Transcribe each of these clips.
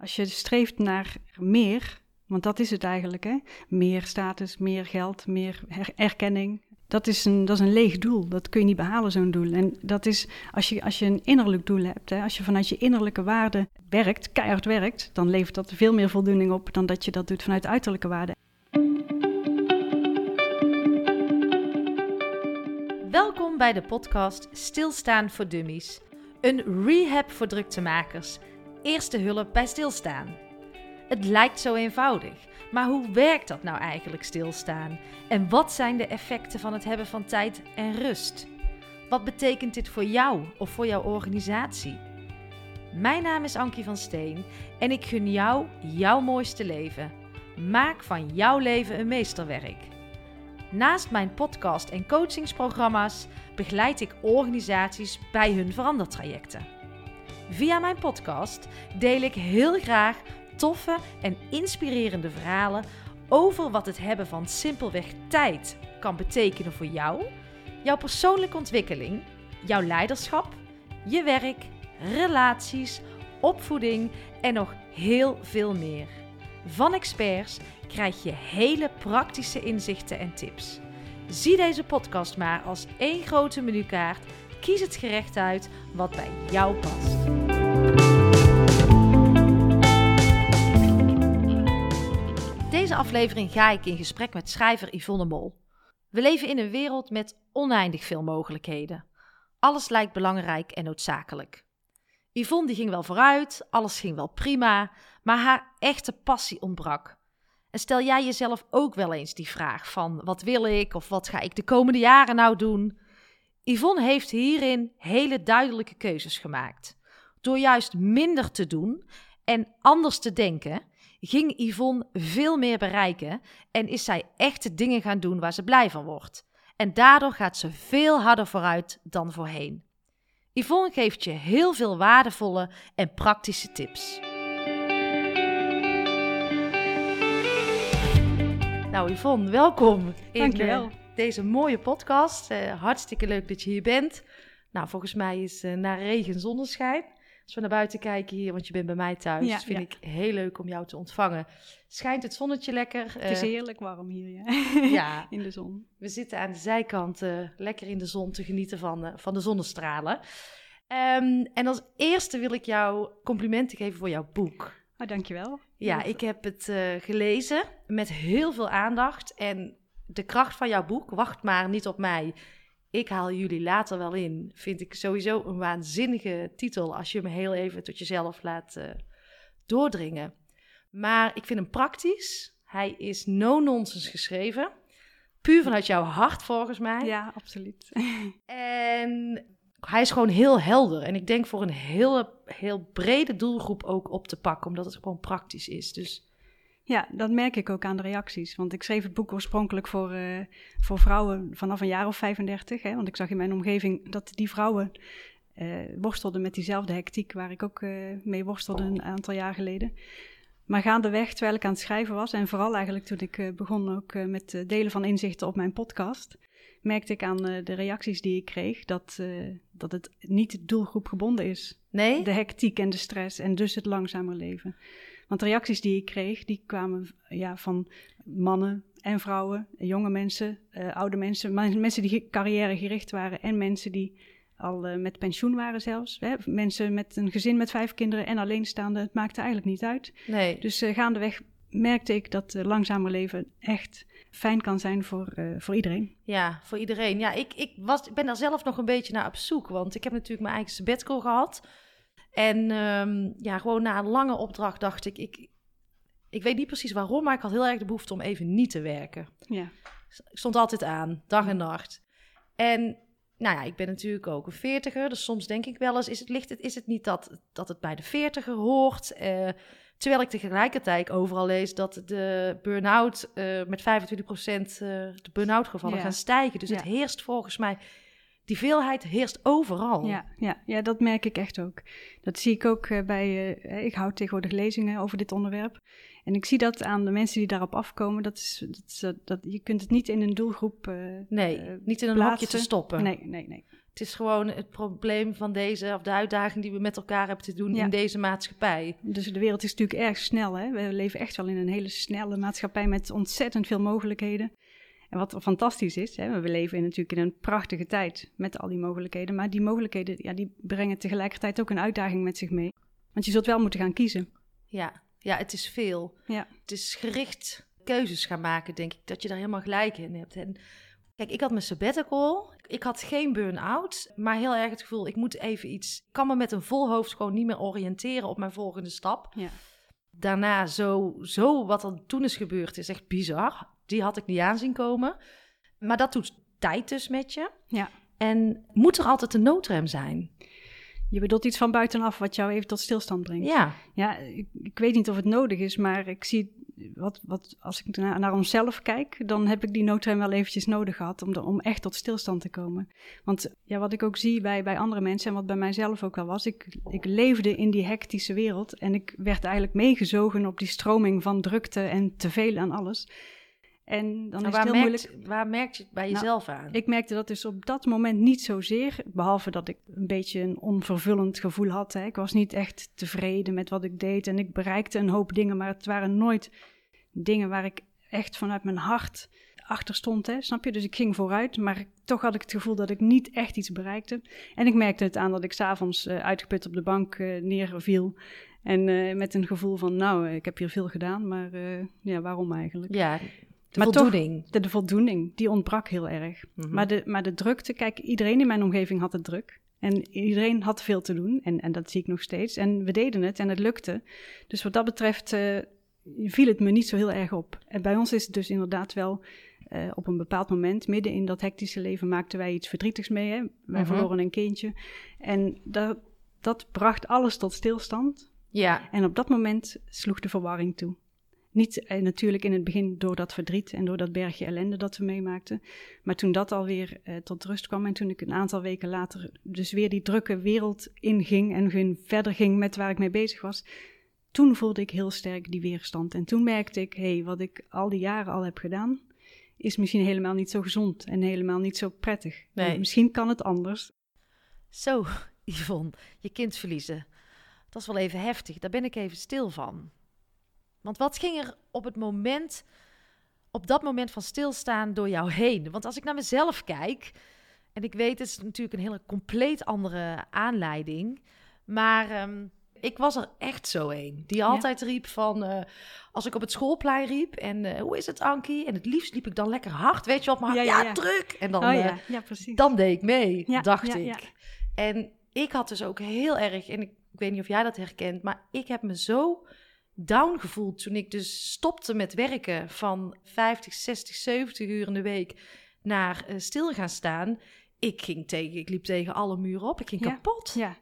Als je streeft naar meer, want dat is het eigenlijk, hè? Meer status, meer geld, meer erkenning. Dat is een leeg doel. Dat kun je niet behalen, zo'n doel. En dat is, als je een innerlijk doel hebt, hè, als je vanuit je innerlijke waarde werkt, keihard werkt, dan levert dat veel meer voldoening op dan dat je dat doet vanuit uiterlijke waarde. Welkom bij de podcast Stilstaan voor Dummies. Een rehab voor druktemakers. Eerste hulp bij stilstaan. Het lijkt zo eenvoudig, maar hoe werkt dat nou eigenlijk stilstaan? En wat zijn de effecten van het hebben van tijd en rust? Wat betekent dit voor jou of voor jouw organisatie? Mijn naam is Ankie van Steen en ik gun jou jouw mooiste leven. Maak van jouw leven een meesterwerk. Naast mijn podcast en coachingsprogramma's begeleid ik organisaties bij hun verandertrajecten. Via mijn podcast deel ik heel graag toffe en inspirerende verhalen over wat het hebben van simpelweg tijd kan betekenen voor jou, jouw persoonlijke ontwikkeling, jouw leiderschap, je werk, relaties, opvoeding en nog heel veel meer. Van experts krijg je hele praktische inzichten en tips. Zie deze podcast maar als één grote menukaart. Kies het gerecht uit wat bij jou past. Deze aflevering ga ik in gesprek met schrijver Yvonne Mol. We leven in een wereld met oneindig veel mogelijkheden. Alles lijkt belangrijk en noodzakelijk. Yvonne die ging wel vooruit, alles ging wel prima, maar haar echte passie ontbrak. En stel jij jezelf ook wel eens die vraag van wat wil ik of wat ga ik de komende jaren nou doen? Yvonne heeft hierin hele duidelijke keuzes gemaakt. Door juist minder te doen en anders te denken, ging Yvonne veel meer bereiken en is zij echte dingen gaan doen waar ze blij van wordt. En daardoor gaat ze veel harder vooruit dan voorheen. Yvonne geeft je heel veel waardevolle en praktische tips. Nou Yvonne, welkom in deze mooie podcast. Hartstikke leuk dat je hier bent. Nou, volgens mij is na regen zonneschijn. Als we naar buiten kijken hier, want je bent bij mij thuis, vind ik heel leuk om jou te ontvangen. Schijnt het zonnetje lekker? Het is heerlijk warm hier, ja. In de zon. We zitten aan de zijkant lekker in de zon te genieten van de zonnestralen. En als eerste wil ik jou complimenten geven voor jouw boek. Oh, dankjewel. Ja, ik heb het gelezen met heel veel aandacht. En de kracht van jouw boek, wacht maar niet op mij, ik haal jullie later wel in, vind ik sowieso een waanzinnige titel als je hem heel even tot jezelf laat doordringen. Maar ik vind hem praktisch. Hij is no-nonsense geschreven. Puur vanuit jouw hart volgens mij. Ja, absoluut. En hij is gewoon heel helder. En ik denk voor een heel brede doelgroep ook op te pakken, omdat het gewoon praktisch is. Dus ja, dat merk ik ook aan de reacties. Want ik schreef het boek oorspronkelijk voor vrouwen vanaf een jaar of 35. Hè, want ik zag in mijn omgeving dat die vrouwen worstelden met diezelfde hectiek waar ik ook mee worstelde een aantal jaar geleden. Maar gaandeweg, terwijl ik aan het schrijven was, en vooral eigenlijk toen ik begon ook met delen van inzichten op mijn podcast, merkte ik aan de reacties die ik kreeg dat het niet doelgroep gebonden is. Nee? De hectiek en de stress en dus het langzamer leven. Want de reacties die ik kreeg, die kwamen van mannen en vrouwen, jonge mensen, oude mensen, mensen die carrièregericht waren en mensen die al met pensioen waren zelfs. Hè? Mensen met een gezin met 5 kinderen en alleenstaande, het maakte eigenlijk niet uit. Nee. Dus gaandeweg merkte ik dat langzamer leven echt fijn kan zijn voor iedereen. Ja, voor iedereen. Ja, ik ben daar zelf nog een beetje naar op zoek, want ik heb natuurlijk mijn eigen sabbatical gehad. En gewoon na een lange opdracht dacht ik weet niet precies waarom, maar ik had heel erg de behoefte om even niet te werken. Ja. Ik stond altijd aan, dag en nacht. En nou ja, ik ben natuurlijk ook een 40er, dus soms denk ik wel eens, is het niet dat het bij de 40er hoort? Terwijl ik tegelijkertijd overal lees dat de burn-out met 25% de burn-out gevallen gaan stijgen. Dus het heerst volgens mij Die veelheid heerst overal. Ja, dat merk ik echt ook. Dat zie ik ook ik hou tegenwoordig lezingen over dit onderwerp. En ik zie dat aan de mensen die daarop afkomen. Je kunt het niet in een doelgroep niet in een hokje te stoppen. Nee. Het is gewoon het probleem van deze, of de uitdaging die we met elkaar hebben te doen in deze maatschappij. Dus de wereld is natuurlijk erg snel. Hè? We leven echt wel in een hele snelle maatschappij met ontzettend veel mogelijkheden. En wat fantastisch is, hè? We leven natuurlijk in een prachtige tijd met al die mogelijkheden. Maar die mogelijkheden die brengen tegelijkertijd ook een uitdaging met zich mee. Want je zult wel moeten gaan kiezen. Ja, het is veel. Ja. Het is gericht keuzes gaan maken, denk ik, dat je daar helemaal gelijk in hebt. En kijk, ik had mijn sabbatical. Ik had geen burn-out, maar heel erg het gevoel, ik moet even iets. Ik kan me met een vol hoofd gewoon niet meer oriënteren op mijn volgende stap. Ja. Daarna zo wat er toen is gebeurd, is echt bizar. Die had ik niet aanzien komen. Maar dat doet tijd dus met je. Ja. En moet er altijd een noodrem zijn? Je bedoelt iets van buitenaf wat jou even tot stilstand brengt. Ja, ik weet niet of het nodig is, maar ik zie als ik naar onszelf kijk, dan heb ik die noodrem wel eventjes nodig gehad om echt tot stilstand te komen. Want wat ik ook zie bij andere mensen en wat bij mijzelf ook wel was, ik leefde in die hectische wereld en ik werd eigenlijk meegezogen op die stroming van drukte en te veel aan alles. En dan is het heel moeilijk. Waar merk je het bij jezelf aan? Ik merkte dat dus op dat moment niet zozeer, behalve dat ik een beetje een onvervullend gevoel had. Hè. Ik was niet echt tevreden met wat ik deed en ik bereikte een hoop dingen, maar het waren nooit dingen waar ik echt vanuit mijn hart achter stond, hè, snap je? Dus ik ging vooruit, maar toch had ik het gevoel dat ik niet echt iets bereikte. En ik merkte het aan dat ik 's avonds uitgeput op de bank neerviel. En met een gevoel van, ik heb hier veel gedaan, maar waarom eigenlijk? Ja. De voldoening. Toch, de voldoening, die ontbrak heel erg. Mm-hmm. Maar de drukte, kijk, iedereen in mijn omgeving had het druk. En iedereen had veel te doen. En dat zie ik nog steeds. En we deden het en het lukte. Dus wat dat betreft viel het me niet zo heel erg op. En bij ons is het dus inderdaad wel op een bepaald moment, midden in dat hectische leven, maakten wij iets verdrietigs mee. Hè? Wij verloren een kindje. En dat bracht alles tot stilstand. Ja. En op dat moment sloeg de verwarring toe. Niet natuurlijk in het begin door dat verdriet en door dat bergje ellende dat we meemaakten. Maar toen dat alweer tot rust kwam en toen ik een aantal weken later dus weer die drukke wereld inging en verder ging met waar ik mee bezig was, toen voelde ik heel sterk die weerstand. En toen merkte ik, wat ik al die jaren al heb gedaan, is misschien helemaal niet zo gezond en helemaal niet zo prettig. Nee. Misschien kan het anders. Zo, Yvonne, je kind verliezen. Dat is wel even heftig, daar ben ik even stil van. Want wat ging er op dat moment van stilstaan door jou heen? Want als ik naar mezelf kijk, en ik weet, het is natuurlijk een hele compleet andere aanleiding, maar ik was er echt zo een. Die altijd riep van, als ik op het schoolplein riep, en hoe is het, Ankie? En het liefst liep ik dan lekker hard, weet je wat, maar druk. En dan, dan deed ik mee, dacht ik. Ja. En ik had dus ook heel erg, en ik weet niet of jij dat herkent, maar ik heb me zo down gevoeld toen ik dus stopte met werken van 50, 60, 70 uur in de week naar stil gaan staan. Ik liep tegen alle muren op. Ik ging kapot. Ja.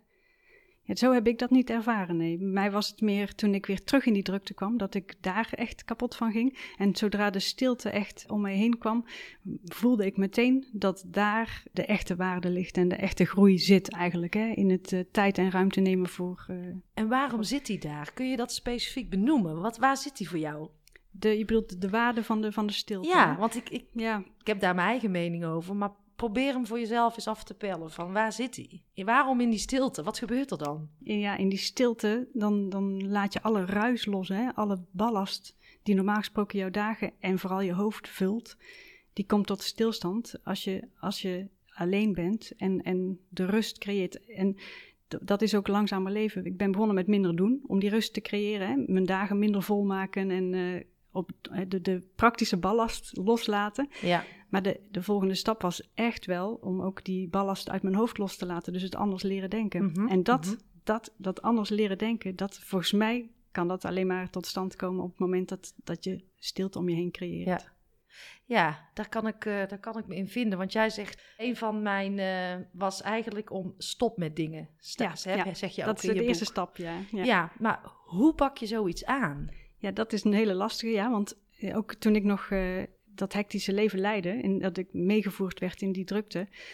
Zo heb ik dat niet ervaren, nee. Bij mij was het meer toen ik weer terug in die drukte kwam, dat ik daar echt kapot van ging. En zodra de stilte echt om mij heen kwam, voelde ik meteen dat daar de echte waarde ligt en de echte groei zit eigenlijk. Hè, in het tijd en ruimte nemen voor... En waarom zit die daar? Kun je dat specifiek benoemen? Waar zit die voor jou? Je bedoelt de waarde van de stilte? Ja, want ik heb daar mijn eigen mening over, maar probeer hem voor jezelf eens af te pellen. Van waar zit hij? Waarom in die stilte? Wat gebeurt er dan? Ja, in die stilte, dan laat je alle ruis los. Hè? Alle ballast die normaal gesproken jouw dagen en vooral je hoofd vult, die komt tot stilstand als je alleen bent en de rust creëert. En dat is ook langzamer leven. Ik ben begonnen met minder doen om die rust te creëren. Hè? Mijn dagen minder vol maken en op de praktische ballast loslaten. Ja. Maar de volgende stap was echt wel om ook die ballast uit mijn hoofd los te laten. Dus het anders leren denken. Mm-hmm, en dat anders leren denken, volgens mij kan dat alleen maar tot stand komen op het moment dat je stilte om je heen creëert. Ja, daar kan ik me in vinden. Want jij zegt, een van mijn was eigenlijk om stop met dingen. Zeg je ook dat is in je de boek. Eerste stap, Ja, maar hoe pak je zoiets aan? Ja, dat is een hele lastige, want ook toen ik nog dat hectische leven leidde en dat ik meegevoerd werd in die drukte,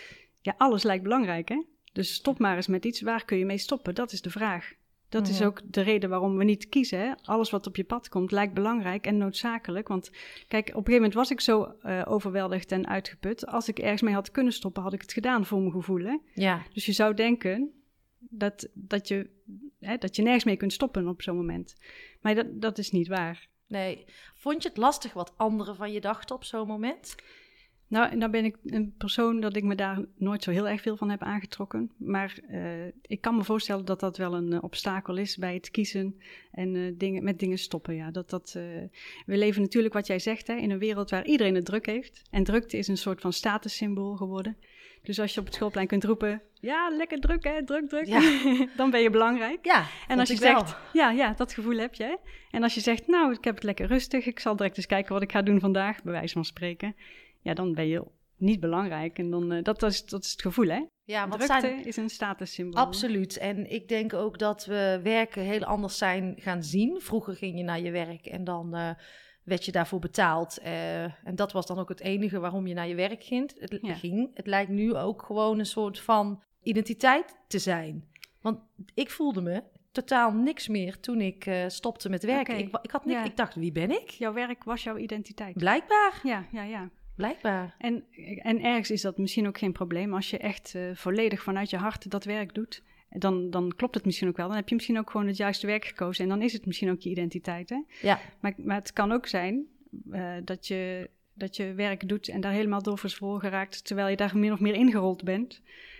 ja, alles lijkt belangrijk, hè? Dus stop maar eens met iets. Waar kun je mee stoppen? Dat is de vraag. Dat is ook de reden waarom we niet kiezen. Hè? Alles wat op je pad komt lijkt belangrijk en noodzakelijk. Want kijk, op een gegeven moment was ik zo overweldigd en uitgeput. Als ik ergens mee had kunnen stoppen, had ik het gedaan voor mijn gevoel. Hè? Ja. Dus je zou denken dat je nergens mee kunt stoppen op zo'n moment. Maar dat is niet waar. Nee. Vond je het lastig wat anderen van je dachten op zo'n moment? Nou ben ik een persoon dat ik me daar nooit zo heel erg veel van heb aangetrokken. Maar ik kan me voorstellen dat dat wel een obstakel is bij het kiezen en met dingen stoppen. Ja, we leven natuurlijk, wat jij zegt, hè, in een wereld waar iedereen het druk heeft. En drukte is een soort van statussymbool geworden. Dus als je op het schoolplein kunt roepen, ja, lekker druk hè, druk, Ja. dan ben je belangrijk. Ja, en als je zegt, ja, dat gevoel heb je. Hè? En als je zegt, nou, ik heb het lekker rustig, ik zal direct eens kijken wat ik ga doen vandaag, bij wijze van spreken. Ja, dan ben je niet belangrijk. En dan, dat is het gevoel, hè? Ja, drukte is een statussymbool. Absoluut. En ik denk ook dat we werken heel anders zijn gaan zien. Vroeger ging je naar je werk en dan werd je daarvoor betaald. En dat was dan ook het enige waarom je naar je werk ging. Het lijkt nu ook gewoon een soort van identiteit te zijn. Want ik voelde me totaal niks meer toen ik stopte met werken. Okay. Ik had niks. Ja. Ik dacht, wie ben ik? Jouw werk was jouw identiteit. Blijkbaar. Ja. Blijkbaar. En ergens is dat misschien ook geen probleem. Als je echt volledig vanuit je hart dat werk doet, dan klopt het misschien ook wel. Dan heb je misschien ook gewoon het juiste werk gekozen. En dan is het misschien ook je identiteit. Hè? Ja. Maar het kan ook zijn dat je werk doet en daar helemaal door voor geraakt, terwijl je daar min of meer ingerold bent.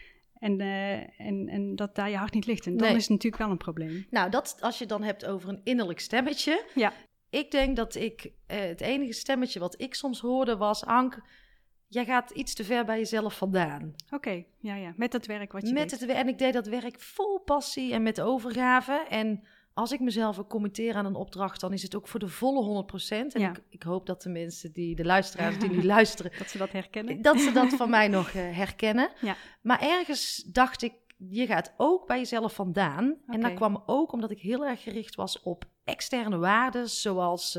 En dat daar je hart niet ligt. En dan is het natuurlijk wel een probleem. Nou, als je het dan hebt over een innerlijk stemmetje. Ja. Ik denk dat het enige stemmetje wat ik soms hoorde was, Ank, jij gaat iets te ver bij jezelf vandaan. Oké, ja. Met het werk wat je deed. En ik deed dat werk vol passie en met overgave. En als ik mezelf ook committeer aan een opdracht, dan is het ook voor de volle 100%. En ik hoop dat de mensen, de luisteraars die nu luisteren, dat ze dat herkennen. Dat ze dat van mij nog herkennen. Ja. Maar ergens dacht ik, je gaat ook bij jezelf vandaan. Okay. En dat kwam ook omdat ik heel erg gericht was op externe waarden, zoals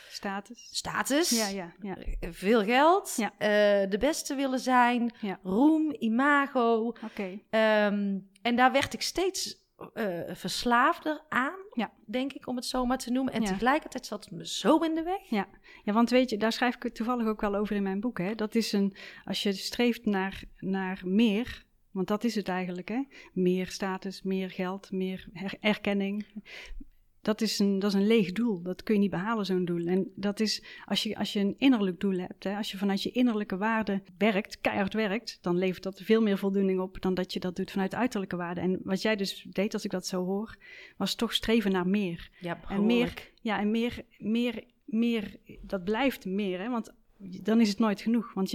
status, ja. Veel geld, de beste willen zijn, roem, imago. Okay. En daar werd ik steeds verslaafder aan, denk ik, om het zo maar te noemen. En tegelijkertijd zat het me zo in de weg. Ja, want weet je, daar schrijf ik het toevallig ook wel over in mijn boek. Hè? Dat is als je streeft naar meer, want dat is het eigenlijk, hè? Meer status, meer geld, meer erkenning. Dat is een leeg doel. Dat kun je niet behalen, zo'n doel. En dat is, als je een innerlijk doel hebt, hè, als je vanuit je innerlijke waarden werkt, keihard werkt, dan levert dat veel meer voldoening op dan dat je dat doet vanuit uiterlijke waarden. En wat jij dus deed, als ik dat zo hoor, was toch streven naar meer. Ja, en meer, dat blijft meer, hè, want dan is het nooit genoeg. Want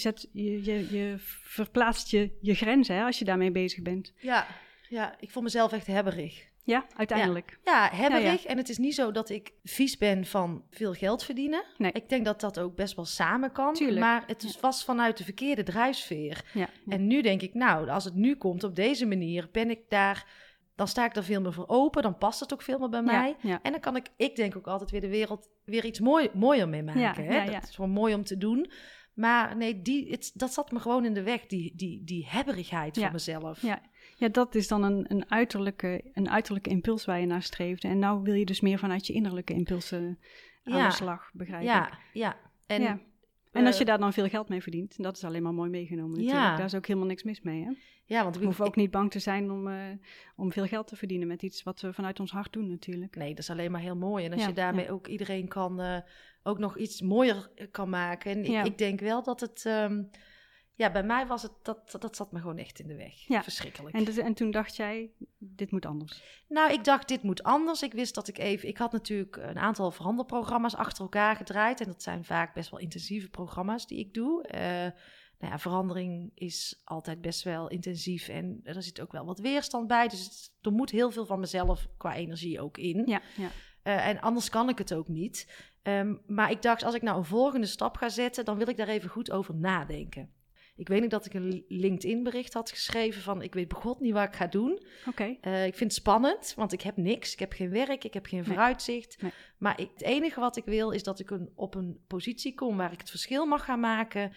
je verplaatst je grenzen, hè, als je daarmee bezig bent. Ja, ik voel mezelf echt hebberig. Ja, uiteindelijk. Ja, hebberig. Ja. En het is niet zo dat ik vies ben van veel geld verdienen. Nee. Ik denk dat dat ook best wel samen kan. Tuurlijk. Maar het was vanuit de verkeerde drijfsfeer. Ja. En nu denk ik, nou, als het nu komt op deze manier, dan sta ik er veel meer voor open. Dan past het ook veel meer bij mij. Ja. En dan kan ik denk ook altijd weer de wereld weer iets mooier mee maken. Hè? Dat is wel mooi om te doen. Maar nee, dat zat me gewoon in de weg, die hebberigheid van mezelf. Ja, dat is dan een uiterlijke impuls waar je naar streefde. En nou wil je dus meer vanuit je innerlijke impulsen aan de slag, begrijp ik. Ja. En als je daar dan veel geld mee verdient, dat is alleen maar mooi meegenomen natuurlijk. Daar is ook helemaal niks mis mee, hè? Ja, want we hoeven ook niet bang te zijn om veel geld te verdienen met iets wat we vanuit ons hart doen natuurlijk. Nee, dat is alleen maar heel mooi. En als je daarmee ook iedereen ook nog iets mooier kan maken. En ik denk wel dat het... bij mij was het, dat zat me gewoon echt in de weg. Ja. Verschrikkelijk. En toen dacht jij, dit moet anders? Nou, ik dacht, dit moet anders. Ik wist dat ik had natuurlijk een aantal veranderprogramma's achter elkaar gedraaid. En dat zijn vaak best wel intensieve programma's die ik doe. Verandering is altijd best wel intensief. En er zit ook wel wat weerstand bij. Dus er moet heel veel van mezelf qua energie ook in. Ja. En anders kan ik het ook niet. Maar ik dacht, als ik nou een volgende stap ga zetten, dan wil ik daar even goed over nadenken. Ik weet niet dat ik een LinkedIn-bericht had geschreven van... ik weet begot niet wat ik ga doen. Okay. Ik vind het spannend, want ik heb niks. Ik heb geen werk, ik heb geen vooruitzicht. Nee. Maar het enige wat ik wil is dat ik op een positie kom... waar ik het verschil mag gaan maken.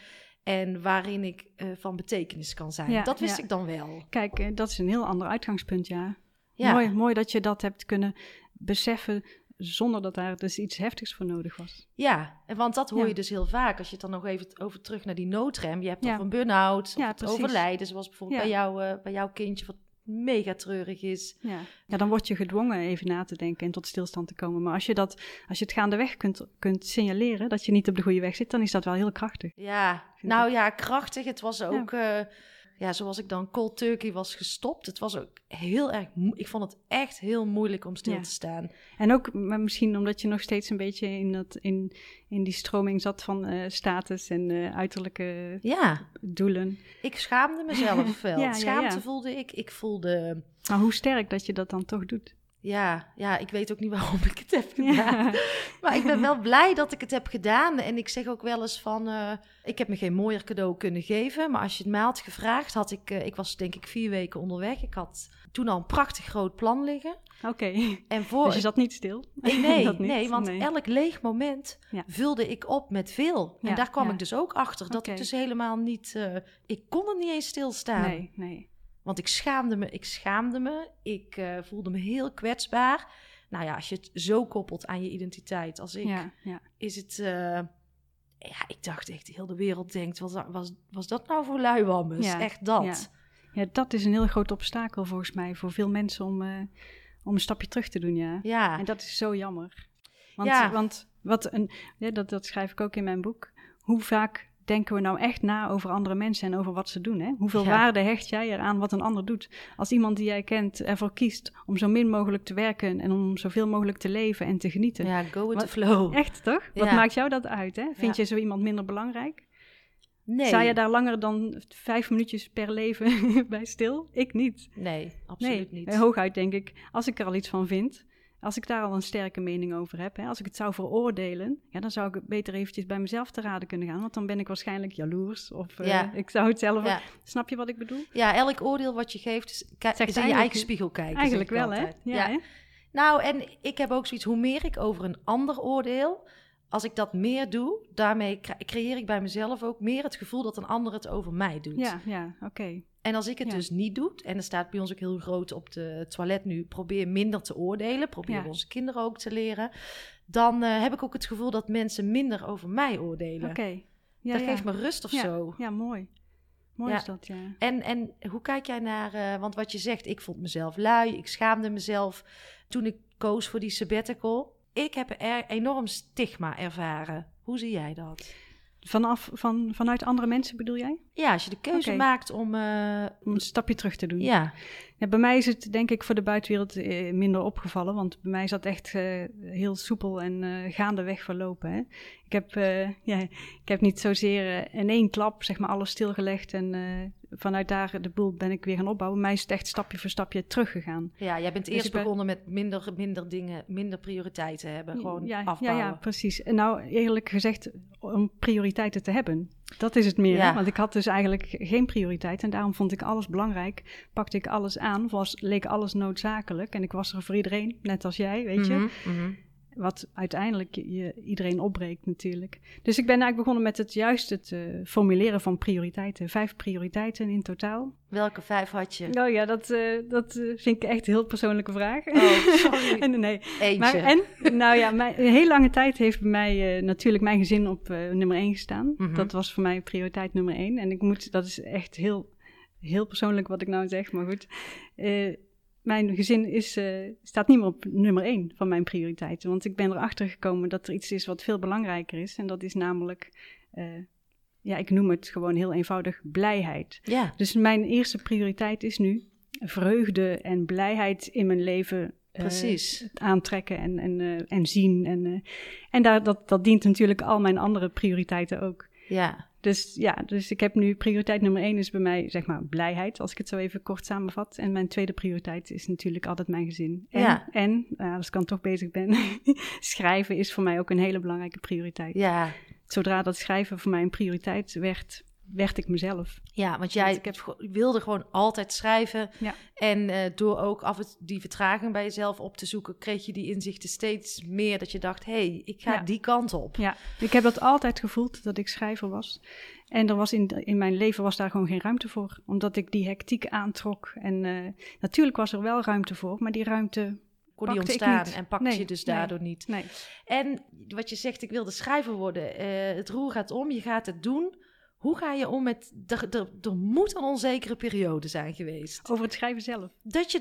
En waarin ik van betekenis kan zijn. Ja, Dat wist ik dan wel. Kijk, dat is een heel ander uitgangspunt, ja. Ja. Mooi dat je dat hebt kunnen beseffen zonder dat daar dus iets heftigs voor nodig was. Ja, want dat hoor je dus heel vaak. Als je het dan nog even over terug naar die noodrem. Je hebt of een burn-out, of het overlijden. Zoals bijvoorbeeld bij jouw kindje, wat mega treurig is. Ja, dan word je gedwongen even na te denken en tot stilstand te komen. Maar als je het gaandeweg kunt signaleren dat je niet op de goede weg zit, dan is dat wel heel krachtig. Ja, krachtig. Het was ook... zoals ik dan cold turkey was gestopt. Het was ook heel erg... Ik vond het echt heel moeilijk om stil te staan. En ook misschien omdat je nog steeds een beetje in die stroming zat van status en uiterlijke doelen. Ik schaamde mezelf wel. Schaamte voelde ik. Ik voelde... Maar hoe sterk dat je dat dan toch doet. Ja, ik weet ook niet waarom ik het heb gedaan. Ja. Maar ik ben wel blij dat ik het heb gedaan. En ik zeg ook wel eens van... ik heb me geen mooier cadeau kunnen geven. Maar als je het mij had gevraagd, had ik... ik was denk ik 4 weken onderweg. Ik had toen al een prachtig groot plan liggen. Oké. Dus je zat niet stil? Nee, want elk leeg moment vulde ik op met veel. En daar kwam ik dus ook achter. Dat ik dus helemaal niet... ik kon er niet eens stilstaan. Nee. Want ik schaamde me. Ik voelde me heel kwetsbaar. Nou ja, als je het zo koppelt aan je identiteit als ik... is het... ik dacht echt, heel de wereld denkt... Was dat nou voor luiwammers? Echt dat. Ja, dat is een heel groot obstakel volgens mij... voor veel mensen om een stapje terug te doen, En dat is zo jammer. Want dat schrijf ik ook in mijn boek. Hoe vaak... denken we nou echt na over andere mensen en over wat ze doen? Hè? Hoeveel waarde hecht jij eraan wat een ander doet? Als iemand die jij kent ervoor kiest om zo min mogelijk te werken... en om zoveel mogelijk te leven en te genieten. Ja, go with the flow. Echt, toch? Wat maakt jou dat uit? Hè? Vind je zo iemand minder belangrijk? Nee. Sta je daar langer dan 5 minuutjes per leven bij stil? Ik niet. Nee, absoluut niet. Hooguit denk ik, als ik er al iets van vind... Als ik daar al een sterke mening over heb, als ik het zou veroordelen... dan zou ik beter eventjes bij mezelf te raden kunnen gaan. Want dan ben ik waarschijnlijk jaloers. Of ik zou het zelf... Snap je wat ik bedoel? Ja, elk oordeel wat je geeft is in je eigen spiegel kijken. Eigenlijk wel, hè? Ja. Nou, en ik heb ook zoiets... Hoe meer ik over een ander oordeel... Als ik dat meer doe, daarmee creëer ik bij mezelf ook meer het gevoel... dat een ander het over mij doet. Ja, oké. En als ik het dus niet doe, en er staat bij ons ook heel groot op de toilet nu... probeer minder te oordelen, probeer onze kinderen ook te leren... dan heb ik ook het gevoel dat mensen minder over mij oordelen. Oké. Dat geeft me rust of zo. Ja, mooi. Mooi is dat, En hoe kijk jij naar... want wat je zegt, ik vond mezelf lui, ik schaamde mezelf... toen ik koos voor die sabbatical. Ik heb enorm stigma ervaren. Hoe zie jij dat? Vanuit andere mensen bedoel jij? Ja, als je de keuze maakt om een stapje terug te doen. Ja, bij mij is het denk ik voor de buitenwereld minder opgevallen. Want bij mij is dat echt heel soepel en gaandeweg verlopen. Hè? Ik heb niet zozeer in 1 klap zeg maar alles stilgelegd en vanuit daar de boel ben ik weer gaan opbouwen. Bij mij is het echt stapje voor stapje teruggegaan. Ja, jij bent eerst begonnen met minder dingen, minder prioriteiten hebben. Gewoon afbouwen. Ja, precies. En nou, eerlijk gezegd, om prioriteiten te hebben. Dat is het meer, hè? Want ik had dus eigenlijk geen prioriteit en daarom vond ik alles belangrijk. Pakte ik alles aan, leek alles noodzakelijk en ik was er voor iedereen, net als jij, weet je. Mm-hmm. Wat uiteindelijk iedereen opbreekt natuurlijk. Dus ik ben eigenlijk begonnen met het formuleren van prioriteiten. 5 prioriteiten in totaal. Welke 5 had je? Nou ja, dat vind ik echt een heel persoonlijke vraag. Oh, sorry. Nee. Eentje. Een hele lange tijd heeft bij mij natuurlijk mijn gezin op nummer 1 gestaan. Mm-hmm. Dat was voor mij prioriteit nummer 1. En dat is echt heel, heel persoonlijk wat ik nou zeg, maar goed. Mijn gezin staat niet meer op nummer 1 van mijn prioriteiten. Want ik ben erachter gekomen dat er iets is wat veel belangrijker is. En dat is namelijk, ik noem het gewoon heel eenvoudig, blijheid. Ja. Dus mijn eerste prioriteit is nu vreugde en blijheid in mijn leven aantrekken en zien. En dat dient natuurlijk al mijn andere prioriteiten ook. Ja. Dus ik heb nu prioriteit nummer 1 is bij mij, zeg maar, blijheid, als ik het zo even kort samenvat. En mijn tweede prioriteit is natuurlijk altijd mijn gezin. Als ik dan toch bezig ben, schrijven is voor mij ook een hele belangrijke prioriteit. Ja. Zodra dat schrijven voor mij een prioriteit werd, werd ik mezelf. Ja, want jij wilde gewoon altijd schrijven. Ja. En door ook die vertraging bij jezelf op te zoeken, kreeg je die inzichten steeds meer dat je dacht, ik ga die kant op. Ja, ik heb dat altijd gevoeld, dat ik schrijver was. En er was in mijn leven was daar gewoon geen ruimte voor, omdat ik die hectiek aantrok. En natuurlijk was er wel ruimte voor, maar die ruimte kon die ontstaan en pakte je dus daardoor niet. Nee. En wat je zegt, ik wilde schrijver worden. Het roer gaat om, je gaat het doen. Hoe ga je om met... Er moet een onzekere periode zijn geweest. Over het schrijven zelf.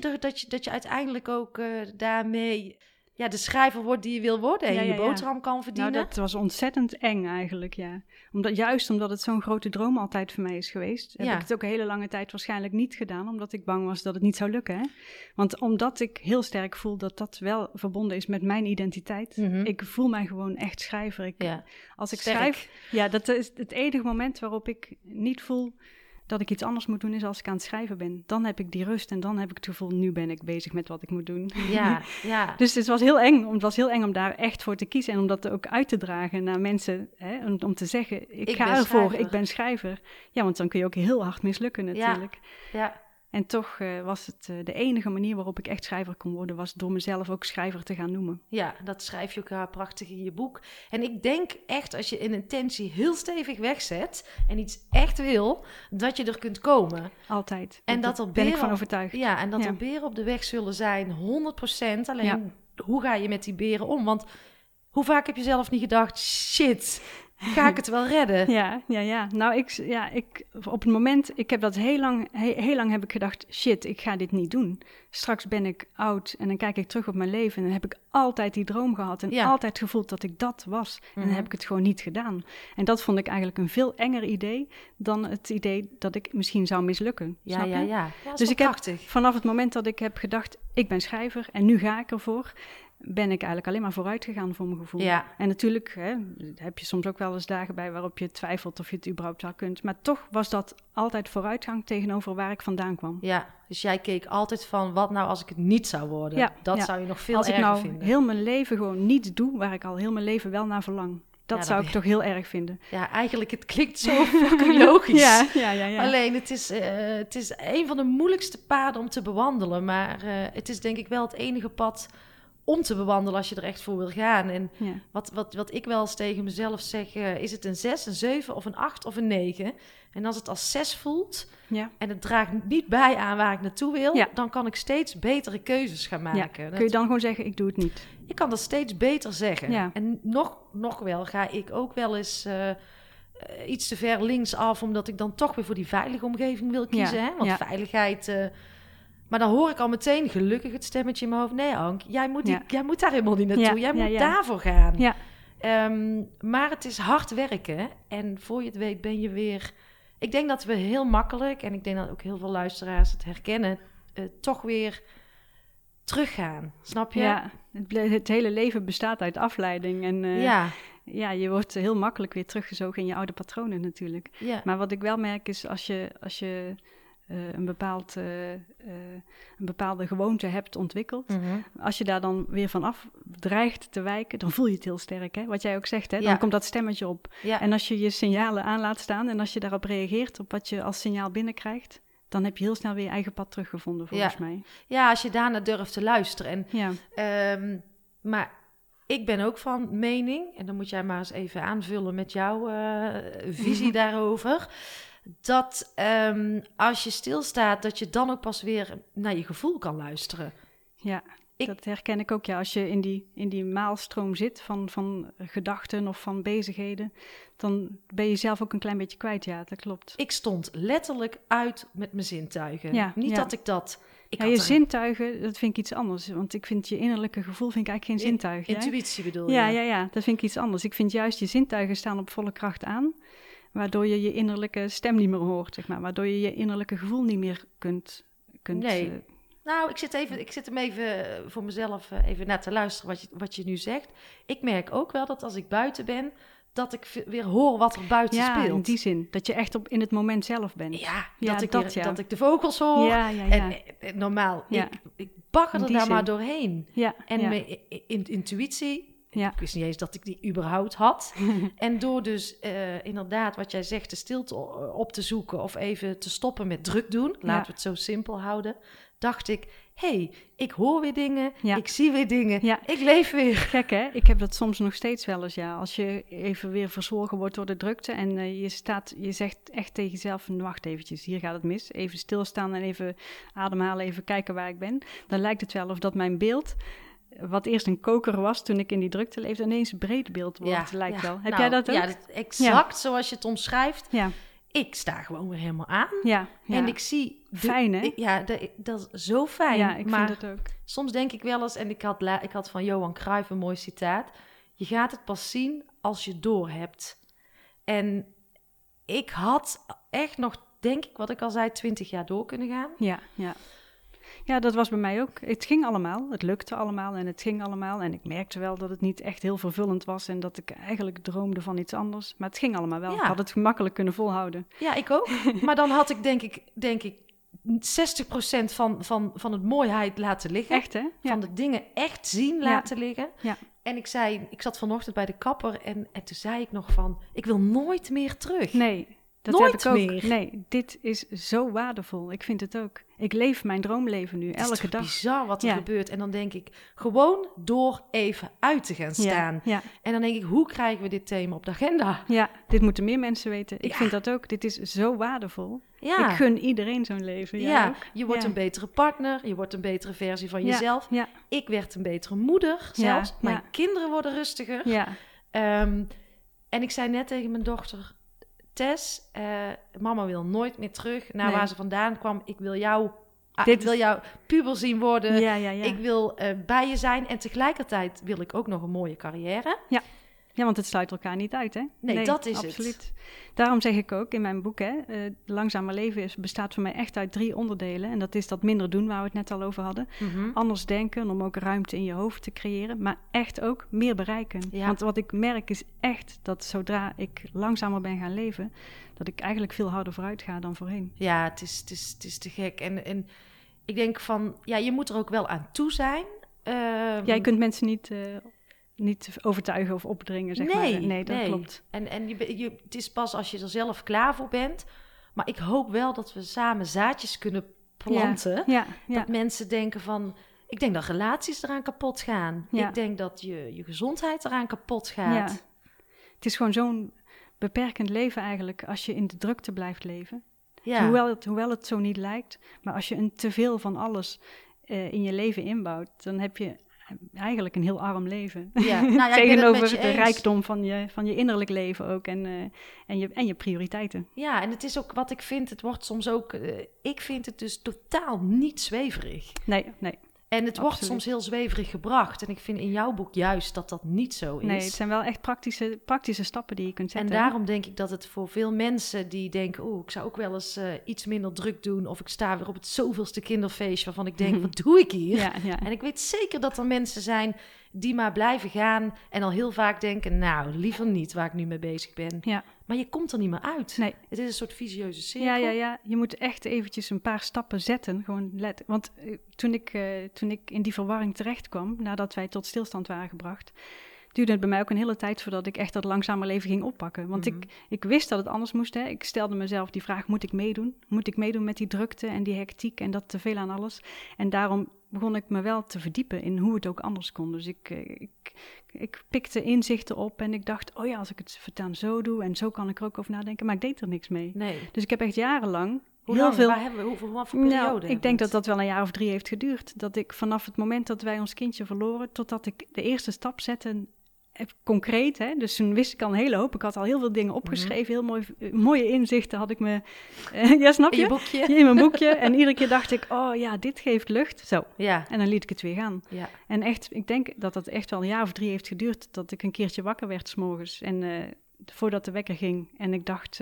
Dat je uiteindelijk ook daarmee... de schrijver wordt die je wil worden en je boterham kan verdienen. Nou, dat was ontzettend eng eigenlijk, ja. Omdat het zo'n grote droom altijd voor mij is geweest, heb ik het ook een hele lange tijd waarschijnlijk niet gedaan, omdat ik bang was dat het niet zou lukken. Hè? Want omdat ik heel sterk voel dat dat wel verbonden is met mijn identiteit. Mm-hmm. Ik voel mij gewoon echt schrijver. Als ik schrijf, dat is het enige moment waarop ik niet voel dat ik iets anders moet doen is als ik aan het schrijven ben. Dan heb ik die rust en dan heb ik het gevoel, nu ben ik bezig met wat ik moet doen. Ja. Dus het was heel eng. Het was heel eng om daar echt voor te kiezen en om dat ook uit te dragen naar mensen. Hè, om te zeggen, ik ga ervoor, ik ben schrijver. Ja, want dan kun je ook heel hard mislukken natuurlijk. Ja. En toch was het de enige manier waarop ik echt schrijver kon worden, was door mezelf ook schrijver te gaan noemen. Ja, dat schrijf je ook prachtig in je boek. En ik denk echt, als je een intentie heel stevig wegzet en iets echt wil, dat je er kunt komen. Altijd. En daar ben ik van overtuigd. Ja, en dat er beren op de weg zullen zijn, 100%. Alleen, hoe ga je met die beren om? Want hoe vaak heb je zelf niet gedacht, shit, ga ik het wel redden? Ja. Nou, ik op het moment, ik heb dat heel lang heb ik gedacht, shit, ik ga dit niet doen. Straks ben ik oud en dan kijk ik terug op mijn leven en dan heb ik altijd die droom gehad en altijd gevoeld dat ik dat was. En dan heb ik het gewoon niet gedaan. En dat vond ik eigenlijk een veel enger idee dan het idee dat ik misschien zou mislukken. Snap je? Ja. Dus ik heb vanaf het moment dat ik heb gedacht, ik ben schrijver en nu ga ik ervoor, ben ik eigenlijk alleen maar vooruit gegaan voor mijn gevoel. Ja. En natuurlijk heb je soms ook wel eens dagen bij waarop je twijfelt of je het überhaupt wel kunt. Maar toch was dat altijd vooruitgang tegenover waar ik vandaan kwam. Ja, dus jij keek altijd van, wat nou als ik het niet zou worden? Dat zou je nog veel erger vinden. Als ik nou heel mijn leven gewoon niet doe waar ik al heel mijn leven wel naar verlang. Dat zou ik toch heel erg vinden. Ja, eigenlijk, het klinkt zo fucking logisch. Ja. Alleen, het is een van de moeilijkste paden om te bewandelen. Maar het is denk ik wel het enige pad om te bewandelen als je er echt voor wil gaan. En wat ik wel eens tegen mezelf zeg, is het een 6, een 7 of een 8 of een 9? En als het als 6 voelt en het draagt niet bij aan waar ik naartoe wil, dan kan ik steeds betere keuzes gaan maken. Ja. Kun je dan gewoon zeggen, ik doe het niet? Ik kan dat steeds beter zeggen. Ja. En nog wel ga ik ook wel eens iets te ver linksaf, omdat ik dan toch weer voor die veilige omgeving wil kiezen. Hè? Want veiligheid... Maar dan hoor ik al meteen gelukkig het stemmetje in mijn hoofd. Nee, Ank, jij moet daar helemaal niet naartoe. Jij moet daarvoor gaan. Ja. Maar het is hard werken. En voor je het weet ben je weer... Ik denk dat we heel makkelijk, en ik denk dat ook heel veel luisteraars het herkennen, toch weer teruggaan. Snap je? Ja, het hele leven bestaat uit afleiding. En je wordt heel makkelijk weer teruggezogen in je oude patronen natuurlijk. Ja. Maar wat ik wel merk is als je een bepaalde gewoonte hebt ontwikkeld. Mm-hmm. Als je daar dan weer van af dreigt te wijken, dan voel je het heel sterk. Hè? Wat jij ook zegt, hè? Dan komt dat stemmetje op. Ja. En als je je signalen aan laat staan en als je daarop reageert, op wat je als signaal binnenkrijgt, dan heb je heel snel weer je eigen pad teruggevonden, volgens mij. Ja, als je daarna durft te luisteren. Maar ik ben ook van mening, en dan moet jij maar eens even aanvullen met jouw visie daarover, dat als je stilstaat, dat je dan ook pas weer naar je gevoel kan luisteren. Ja, dat herken ik ook. Ja, als je in die maalstroom zit van gedachten of van bezigheden, dan ben je zelf ook een klein beetje kwijt. Ja, dat klopt. Ik stond letterlijk uit met mijn zintuigen. Ja, niet dat ik dat... je zintuigen, dat vind ik iets anders. Want ik vind je innerlijke gevoel vind ik eigenlijk geen zintuig. Intuïtie bedoel je? Ja, dat vind ik iets anders. Ik vind juist je zintuigen staan op volle kracht aan, waardoor je je innerlijke stem niet meer hoort, zeg maar. Waardoor je je innerlijke gevoel niet meer kunt nee. Nou, ik zit hem even voor mezelf even naar te luisteren wat je nu zegt. Ik merk ook wel dat als ik buiten ben, dat ik weer hoor wat er buiten speelt. Ja, in die zin. Dat je echt in het moment zelf bent. Dat ik de vogels hoor. Ja. En normaal, ik bagger er daar maar doorheen. Ja, en mijn intuïtie Ja. Ik wist niet eens dat ik die überhaupt had. En door dus inderdaad, wat jij zegt, de stilte op te zoeken of even te stoppen met druk doen, laten we het zo simpel houden, dacht ik, ik hoor weer dingen, ik zie weer dingen, ik leef weer. Gek hè? Ik heb dat soms nog steeds wel eens, als je even weer verzorgen wordt door de drukte en je zegt echt tegen jezelf, wacht eventjes, hier gaat het mis. Even stilstaan en even ademhalen, even kijken waar ik ben. Dan lijkt het wel of dat mijn beeld, wat eerst een koker was toen ik in die drukte leefde, ineens een breed beeld wordt, lijkt wel. Heb jij dat ook? Ja, exact zoals je het omschrijft. Ja. Ik sta gewoon weer helemaal aan. Ja. En ik zie... Fijn, hè? Dat is zo fijn. Ja, ik vind het ook. Soms denk ik wel eens, en ik had van Johan Cruijff een mooi citaat, je gaat het pas zien als je door hebt. En ik had echt nog, denk ik, wat ik al zei, 20 jaar door kunnen gaan. Ja, dat was bij mij ook. Het ging allemaal, het lukte allemaal en het ging allemaal. En ik merkte wel dat het niet echt heel vervullend was en dat ik eigenlijk droomde van iets anders. Maar het ging allemaal wel. Ja. Ik had het gemakkelijk kunnen volhouden. Ja, ik ook. Maar dan had ik denk ik 60% van het mooiheid laten liggen. Echt, hè? Ja. Van de dingen echt zien laten liggen. Ja. En ik zat vanochtend bij de kapper en toen zei ik nog van, ik wil nooit meer terug. Nee, dat heb ik ook. Meer. Nee, dit is zo waardevol. Ik vind het ook. Ik leef mijn droomleven nu, elke dag. Het is bizar wat er gebeurt. En dan denk ik, gewoon door even uit te gaan staan. Ja. En dan denk ik, hoe krijgen we dit thema op de agenda? Ja, dit moeten meer mensen weten. Ik vind dat ook. Dit is zo waardevol. Ja. Ik gun iedereen zo'n leven. Ja, je wordt een betere partner. Je wordt een betere versie van jezelf. Ja. Ik werd een betere moeder zelfs. Mijn kinderen worden rustiger. Ja. En ik zei net tegen mijn dochter, Tess, mama wil nooit meer terug naar waar ze vandaan kwam. Ik wil jou puber zien worden. Ja. Ik wil bij je zijn. En tegelijkertijd wil ik ook nog een mooie carrière. Ja, want het sluit elkaar niet uit, hè? Nee, dat is absoluut. Het. Daarom zeg ik ook in mijn boek, Langzamer leven bestaat voor mij echt uit 3 onderdelen. En dat is dat minder doen, waar we het net al over hadden. Mm-hmm. Anders denken, om ook ruimte in je hoofd te creëren. Maar echt ook meer bereiken. Ja. Want wat ik merk is echt dat zodra ik langzamer ben gaan leven, dat ik eigenlijk veel harder vooruit ga dan voorheen. Ja, het is te gek. En ik denk van, je moet er ook wel aan toe zijn. Je kunt mensen niet overtuigen of opdringen, zeg maar. Nee, dat klopt. En het is pas als je er zelf klaar voor bent. Maar ik hoop wel dat we samen zaadjes kunnen planten. Ja. Dat mensen denken van, ik denk dat relaties eraan kapot gaan. Ja. Ik denk dat je gezondheid eraan kapot gaat. Ja. Het is gewoon zo'n beperkend leven eigenlijk als je in de drukte blijft leven. Ja. Hoewel het zo niet lijkt. Maar als je een teveel van alles in je leven inbouwt, dan heb je eigenlijk een heel arm leven. Ja. Tegenover de rijkdom van je innerlijk leven ook en je prioriteiten. Ja, en het is ook wat ik vind, het wordt soms ook, ik vind het dus totaal niet zweverig. Nee. En het wordt soms heel zweverig gebracht. En ik vind in jouw boek juist dat dat niet zo is. Nee, het zijn wel echt praktische stappen die je kunt zetten. En daarom denk ik dat het voor veel mensen die denken, ik zou ook wel eens iets minder druk doen. Of ik sta weer op het zoveelste kinderfeestje waarvan ik denk, wat doe ik hier? Ja. En ik weet zeker dat er mensen zijn die maar blijven gaan. En al heel vaak denken, nou, liever niet waar ik nu mee bezig ben. Ja. Maar je komt er niet meer uit. Nee. Het is een soort visieuze cirkel. Ja. Je moet echt eventjes een paar stappen zetten. Gewoon want toen ik in die verwarring terecht kwam, nadat wij tot stilstand waren gebracht, duurde het bij mij ook een hele tijd voordat ik echt dat langzamer leven ging oppakken. Want ik wist dat het anders moest. Hè. Ik stelde mezelf die vraag, moet ik meedoen? Moet ik meedoen met die drukte en die hectiek en dat teveel aan alles? En daarom begon ik me wel te verdiepen in hoe het ook anders kon. Dus ik pikte inzichten op en ik dacht, als ik het voortaan zo doe en zo kan ik er ook over nadenken. Maar ik deed er niks mee. Nee. Dus ik heb echt jarenlang wat voor periode? Ik denk dat dat wel een jaar of 3 heeft geduurd. Dat ik vanaf het moment dat wij ons kindje verloren, totdat ik de eerste stap zette, concreet, hè? Dus toen wist ik al een hele hoop. Ik had al heel veel dingen opgeschreven, heel mooie inzichten had ik me... snap je? In je boekje. In mijn boekje. En iedere keer dacht ik, dit geeft lucht. Zo. Ja. En dan liet ik het weer gaan. Ja. En echt, ik denk dat dat echt wel een jaar of 3 heeft geduurd, dat ik een keertje wakker werd 's morgens. En voordat de wekker ging. En ik dacht,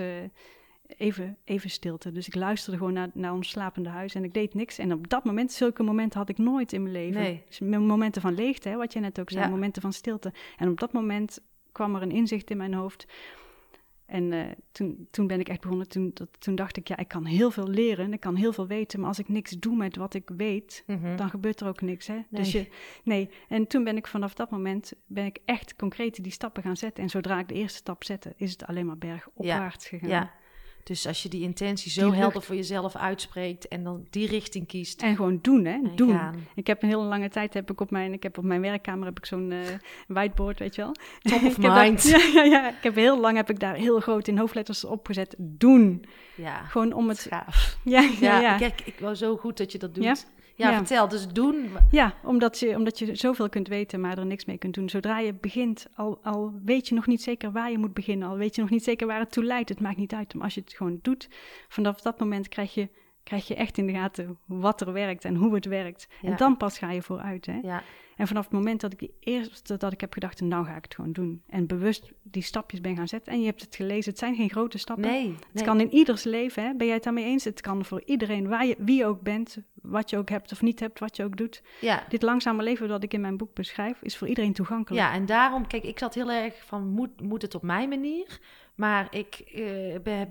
even stilte. Dus ik luisterde gewoon naar ons slapende huis en ik deed niks. En op dat moment, zulke momenten had ik nooit in mijn leven. Nee. Dus momenten van leegte, hè, wat je net ook zei, momenten van stilte. En op dat moment kwam er een inzicht in mijn hoofd. En toen ben ik echt begonnen, toen dacht ik, ik kan heel veel leren, ik kan heel veel weten, maar als ik niks doe met wat ik weet, dan gebeurt er ook niks. Hè? Nee. Dus en toen ben ik vanaf dat moment, echt concreet die stappen gaan zetten. En zodra ik de eerste stap zette, is het alleen maar bergopwaarts gegaan. Ja. Dus als je die intentie zo helder voor jezelf uitspreekt en dan die richting kiest. En gewoon doen, hè? Doen. Gaan. Ik heb een hele lange tijd op mijn werkkamer zo'n whiteboard, weet je wel. Top of mind. Ik heb heel lang daar heel groot in hoofdletters opgezet. Doen. Ja. Gewoon om het. Gaaf. Ja. Kijk, ik wou zo goed dat je dat doet. Ja? Ja, vertel. Dus doen. Ja, omdat je zoveel kunt weten, maar er niks mee kunt doen. Zodra je begint, al weet je nog niet zeker waar je moet beginnen, al weet je nog niet zeker waar het toe leidt, het maakt niet uit. Maar als je het gewoon doet, vanaf dat moment krijg je echt in de gaten wat er werkt en hoe het werkt. Ja. En dan pas ga je vooruit. Hè? Ja. En vanaf het moment dat ik heb gedacht, nou ga ik het gewoon doen. En bewust die stapjes ben gaan zetten. En je hebt het gelezen, het zijn geen grote stappen. Nee. Het kan in ieders leven, hè? Ben jij het daarmee eens? Het kan voor iedereen, wie je ook bent, wat je ook hebt of niet hebt, wat je ook doet. Ja. Dit langzame leven dat ik in mijn boek beschrijf, is voor iedereen toegankelijk. Ja, en daarom, kijk, ik zat heel erg van, moet het op mijn manier? Maar ik ben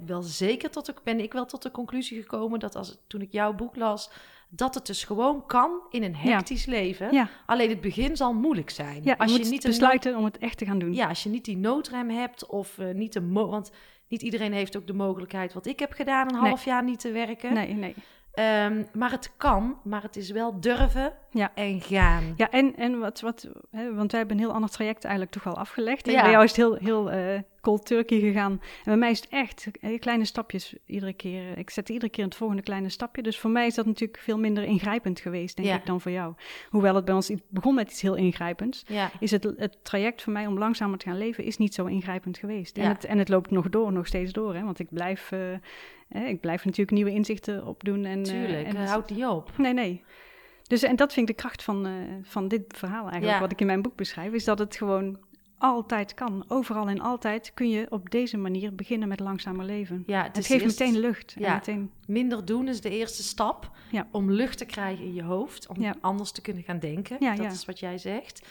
wel tot de conclusie gekomen dat toen ik jouw boek las, dat het dus gewoon kan in een hectisch leven. Ja. Alleen het begin zal moeilijk zijn. Ja, als je moet besluiten om het echt te gaan doen. Ja, als je niet die noodrem hebt of want niet iedereen heeft ook de mogelijkheid wat ik heb gedaan, een half jaar niet te werken. Nee. Maar het kan, maar het is wel durven en gaan. Ja, en wat want wij hebben een heel ander traject eigenlijk toch al afgelegd. Ja. Bij jou is het heel cold turkey gegaan. En bij mij is het echt kleine stapjes iedere keer. Ik zet iedere keer het volgende kleine stapje. Dus voor mij is dat natuurlijk veel minder ingrijpend geweest, denk ik, dan voor jou. Hoewel het bij ons begon met iets heel ingrijpends, is het traject voor mij om langzamer te gaan leven is niet zo ingrijpend geweest. Ja. En het loopt nog steeds door, hè, want ik blijf natuurlijk nieuwe inzichten opdoen. Tuurlijk, het houdt niet op. Nee. Dus, en dat vind ik de kracht van dit verhaal eigenlijk, wat ik in mijn boek beschrijf, is dat het gewoon altijd kan. Overal en altijd kun je op deze manier beginnen met langzamer leven. Ja, het geeft meteen lucht. Ja, minder doen is de eerste stap om lucht te krijgen in je hoofd, om anders te kunnen gaan denken. Dat is wat jij zegt.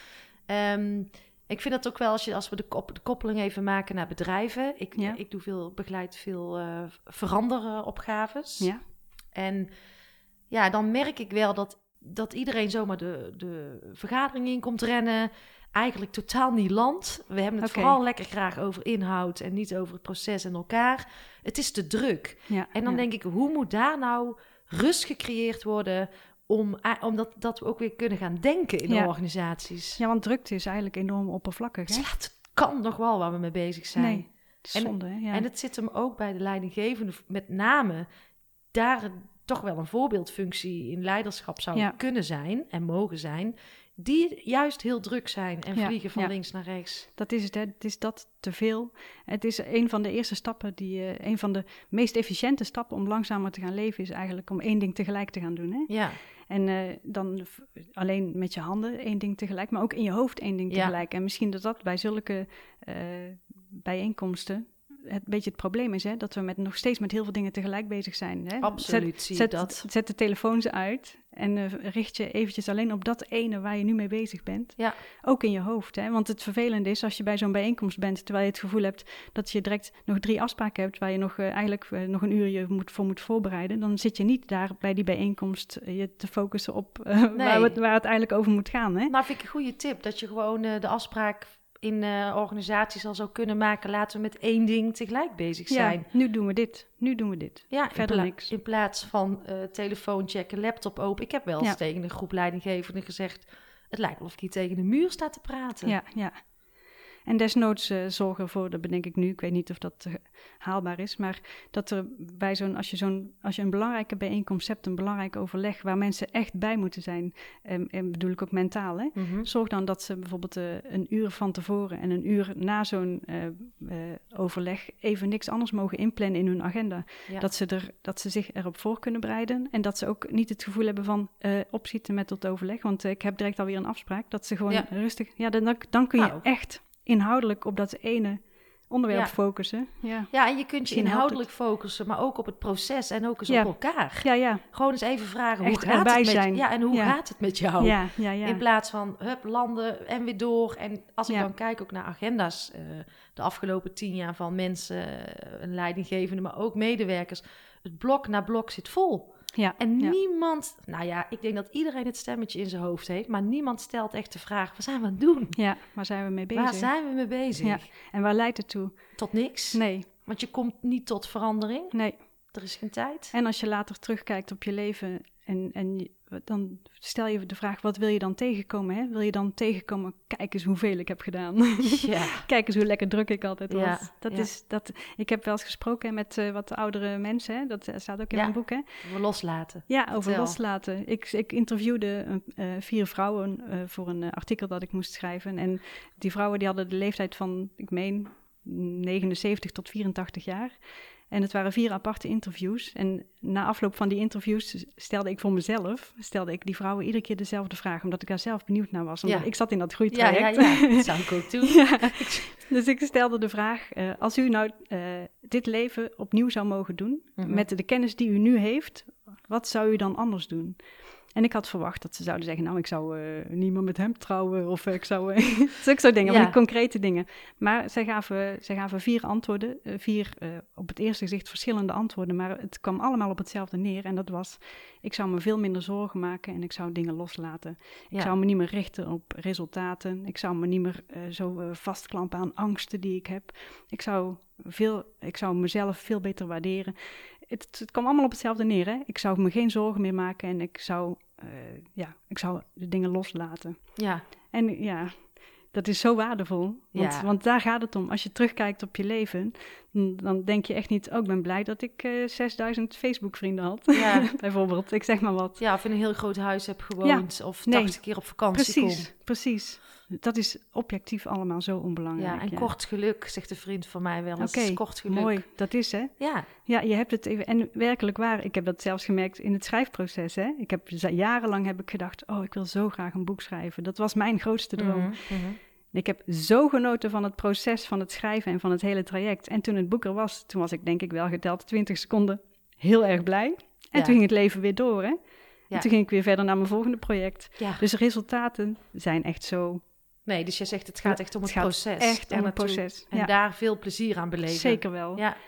Ik vind dat ook wel, als we de koppeling even maken naar bedrijven. Ik begeleid veel veranderopgaves. Ja. En dan merk ik wel dat iedereen zomaar de vergadering in komt rennen. Eigenlijk totaal niet landt. We hebben het vooral lekker graag over inhoud en niet over het proces en elkaar. Het is te druk. Ja, en dan denk ik, hoe moet daar nou rust gecreëerd worden omdat we ook weer kunnen gaan denken in de organisaties? Ja, want drukte is eigenlijk enorm oppervlakkig. Hè? Het kan nog wel waar we mee bezig zijn. Nee, het is zonde. Hè? Ja. En het zit hem ook bij de leidinggevende, met name daar toch wel een voorbeeldfunctie in leiderschap zou kunnen zijn en mogen zijn, die juist heel druk zijn en vliegen van links naar rechts. Dat is het, hè. Het is dat te veel. Het is een van de eerste stappen, een van de meest efficiënte stappen om langzamer te gaan leven, is eigenlijk om 1 ding tegelijk te gaan doen. Hè? Ja. En dan alleen met je handen 1 ding tegelijk, maar ook in je hoofd 1 ding tegelijk. En misschien dat bij zulke bijeenkomsten een beetje het probleem is, hè, dat we nog steeds met heel veel dingen tegelijk bezig zijn. Hè? Absoluut, zet de telefoons uit en richt je eventjes alleen op dat ene waar je nu mee bezig bent. Ja. Ook in je hoofd. Hè? Want het vervelende is, als je bij zo'n bijeenkomst bent, terwijl je het gevoel hebt dat je direct nog 3 afspraken hebt, waar je nog nog een uur je voor moet voorbereiden, dan zit je niet daar bij die bijeenkomst je te focussen op waar het eigenlijk over moet gaan. Hè? Nou, vind ik een goede tip, dat je gewoon de afspraak in organisaties al zou kunnen maken, laten we met 1 ding tegelijk bezig zijn. Ja, nu doen we dit. Ja, verder niks. In plaats van telefoon checken, laptop open. Ik heb wel eens tegen een groep leidinggevenden gezegd, het lijkt wel of ik hier tegen de muur sta te praten. Ja. En desnoods zorgen ervoor, dat bedenk ik nu, ik weet niet of dat haalbaar is, maar dat er bij als je een belangrijke bijeenkomst hebt, een belangrijk overleg waar mensen echt bij moeten zijn, en bedoel ik ook mentaal, hè? Mm-hmm. Zorg dan dat ze bijvoorbeeld 1 uur van tevoren en 1 uur na zo'n overleg even niks anders mogen inplannen in hun agenda. Ja. Dat ze zich erop voor kunnen bereiden en dat ze ook niet het gevoel hebben van opschieten met tot overleg, want ik heb direct alweer een afspraak, dat ze gewoon rustig, dan kun je echt inhoudelijk op dat ene onderwerp focussen. Ja. Ja, en je kunt je Misschien inhoudelijk focussen, maar ook op het proces en ook eens op elkaar. Ja. Gewoon eens even vragen, Echt hoe gaat erbij het met zijn. Ja, en hoe gaat het met jou? Ja. In plaats van, landen en weer door. En als ik dan kijk ook naar agenda's de afgelopen 10 jaar van mensen, een leidinggevende, maar ook medewerkers. Het blok na blok zit vol. Ja. En niemand, ik denk dat iedereen het stemmetje in zijn hoofd heeft, maar niemand stelt echt de vraag, wat zijn we aan het doen? Ja, waar zijn we mee bezig? Waar zijn we mee bezig? Ja. En waar leidt het toe? Tot niks. Nee. Want je komt niet tot verandering. Nee. Er is geen tijd. En als je later terugkijkt op je leven dan stel je de vraag, wat wil je dan tegenkomen? Hè? Wil je dan tegenkomen, kijk eens hoeveel ik heb gedaan. Ja. Kijk eens hoe lekker druk ik altijd was. Ja. Ik heb wel eens gesproken met wat oudere mensen. Hè? Dat staat ook in mijn boek. Hè? Over loslaten. Ja, over loslaten. Ik interviewde 4 vrouwen voor een artikel dat ik moest schrijven. En die vrouwen die hadden de leeftijd van, ik meen, 79 tot 84 jaar. En het waren 4 aparte interviews. En na afloop van die interviews stelde ik die vrouwen iedere keer dezelfde vraag, omdat ik daar zelf benieuwd naar was. Omdat ik zat in dat groeitraject. Ja, dat zou ik ook doen. Dus ik stelde de vraag, als u nou dit leven opnieuw zou mogen doen, met de kennis die u nu heeft, wat zou u dan anders doen? En ik had verwacht dat ze zouden zeggen, nou, ik zou niet meer met hem trouwen. Of ik zou... zulke dingen, van die concrete dingen. Maar zij gaven 4 antwoorden. 4 op het eerste gezicht verschillende antwoorden. Maar het kwam allemaal op hetzelfde neer. En dat was, ik zou me veel minder zorgen maken en ik zou dingen loslaten. Ik zou me niet meer richten op resultaten. Ik zou me niet meer zo vastklampen aan angsten die ik heb. Ik zou mezelf veel beter waarderen. Het kwam allemaal op hetzelfde neer. Hè? Ik zou me geen zorgen meer maken en ik zou de dingen loslaten. Ja. En dat is zo waardevol. Want daar gaat het om. Als je terugkijkt op je leven, dan denk je echt niet, ik ben blij dat ik 6000 Facebook-vrienden had. Ja. Bijvoorbeeld, ik zeg maar wat. Ja, of in een heel groot huis heb gewoond of 80 keer op vakantie kom. Precies. Dat is objectief allemaal zo onbelangrijk. Ja, en kort geluk, zegt een vriend van mij wel eens. Kort geluk. Mooi, dat is hè. Ja. Ja, je hebt het even, en werkelijk waar, ik heb dat zelfs gemerkt in het schrijfproces hè. Jarenlang heb ik gedacht, ik wil zo graag een boek schrijven. Dat was mijn grootste droom. Ik heb zo genoten van het proces van het schrijven en van het hele traject. En toen het boek er was, toen was ik denk ik wel geteld 20 seconden heel erg blij. En toen ging het leven weer door hè. En toen ging ik weer verder naar mijn volgende project. Ja. Dus de resultaten zijn echt zo... Nee, dus jij zegt het gaat echt om het proces. Echt om het proces. En daar veel plezier aan beleven. Zeker wel. Ja.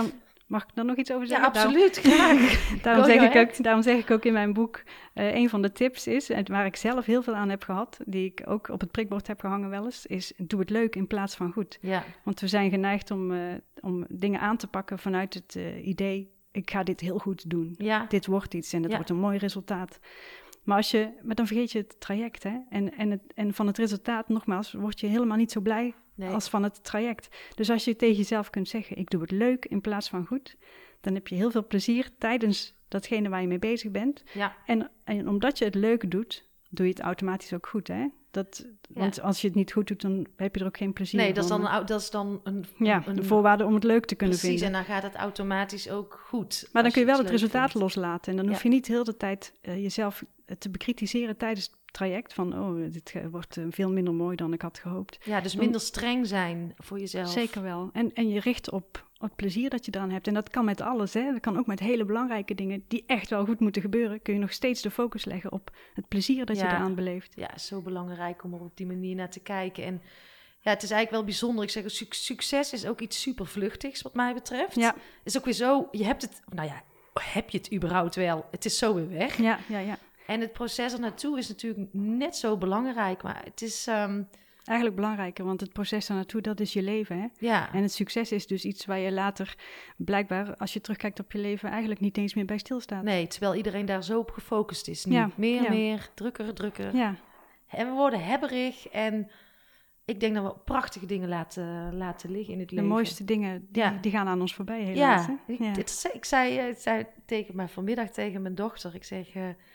Mag ik daar nog iets over zeggen? Ja, absoluut. Graag. Daarom zeg ik ook in mijn boek, een van de tips is, en waar ik zelf heel veel aan heb gehad, die ik ook op het prikbord heb gehangen wel eens, is doe het leuk in plaats van goed. Ja. Want we zijn geneigd om dingen aan te pakken vanuit het idee, ik ga dit heel goed doen. Ja. Dit wordt iets en het wordt een mooi resultaat. Maar dan vergeet je het traject, hè? En van het resultaat, nogmaals, word je helemaal niet zo blij als van het traject. Dus als je tegen jezelf kunt zeggen, ik doe het leuk in plaats van goed, dan heb je heel veel plezier tijdens datgene waar je mee bezig bent. Ja. En omdat je het leuk doet, doe je het automatisch ook goed, hè? Want als je het niet goed doet, dan heb je er ook geen plezier van. Nee, dat is dan een voorwaarde om het leuk te kunnen vinden. Precies, en dan gaat het automatisch ook goed. Maar dan kun je wel het resultaat loslaten. En dan hoef je niet heel de tijd jezelf te bekritiseren tijdens het traject. Van, dit wordt veel minder mooi dan ik had gehoopt. Ja, dus minder streng zijn voor jezelf. Zeker wel. En je richt op het plezier dat je eraan hebt. En dat kan met alles, hè. Dat kan ook met hele belangrijke dingen die echt wel goed moeten gebeuren. Kun je nog steeds de focus leggen op het plezier dat je eraan beleeft. Ja, zo belangrijk om er op die manier naar te kijken. En ja, het is eigenlijk wel bijzonder. Ik zeg, succes is ook iets super vluchtigs wat mij betreft. Ja. Is ook weer zo, je hebt het, heb je het überhaupt wel? Het is zo weer weg. Ja. En het proces er naartoe is natuurlijk net zo belangrijk, maar het is... Eigenlijk belangrijker, want het proces ernaartoe, dat is je leven, hè? Ja. En het succes is dus iets waar je later, blijkbaar, als je terugkijkt op je leven, eigenlijk niet eens meer bij stilstaat. Nee, terwijl iedereen daar zo op gefocust is nu. Ja. Meer, drukker. Ja. En we worden hebberig en ik denk dat we prachtige dingen laten liggen in het leven. De mooiste dingen, die gaan aan ons voorbij helaas. Ja, ik zei tegen mij vanmiddag tegen mijn dochter, ik zeg...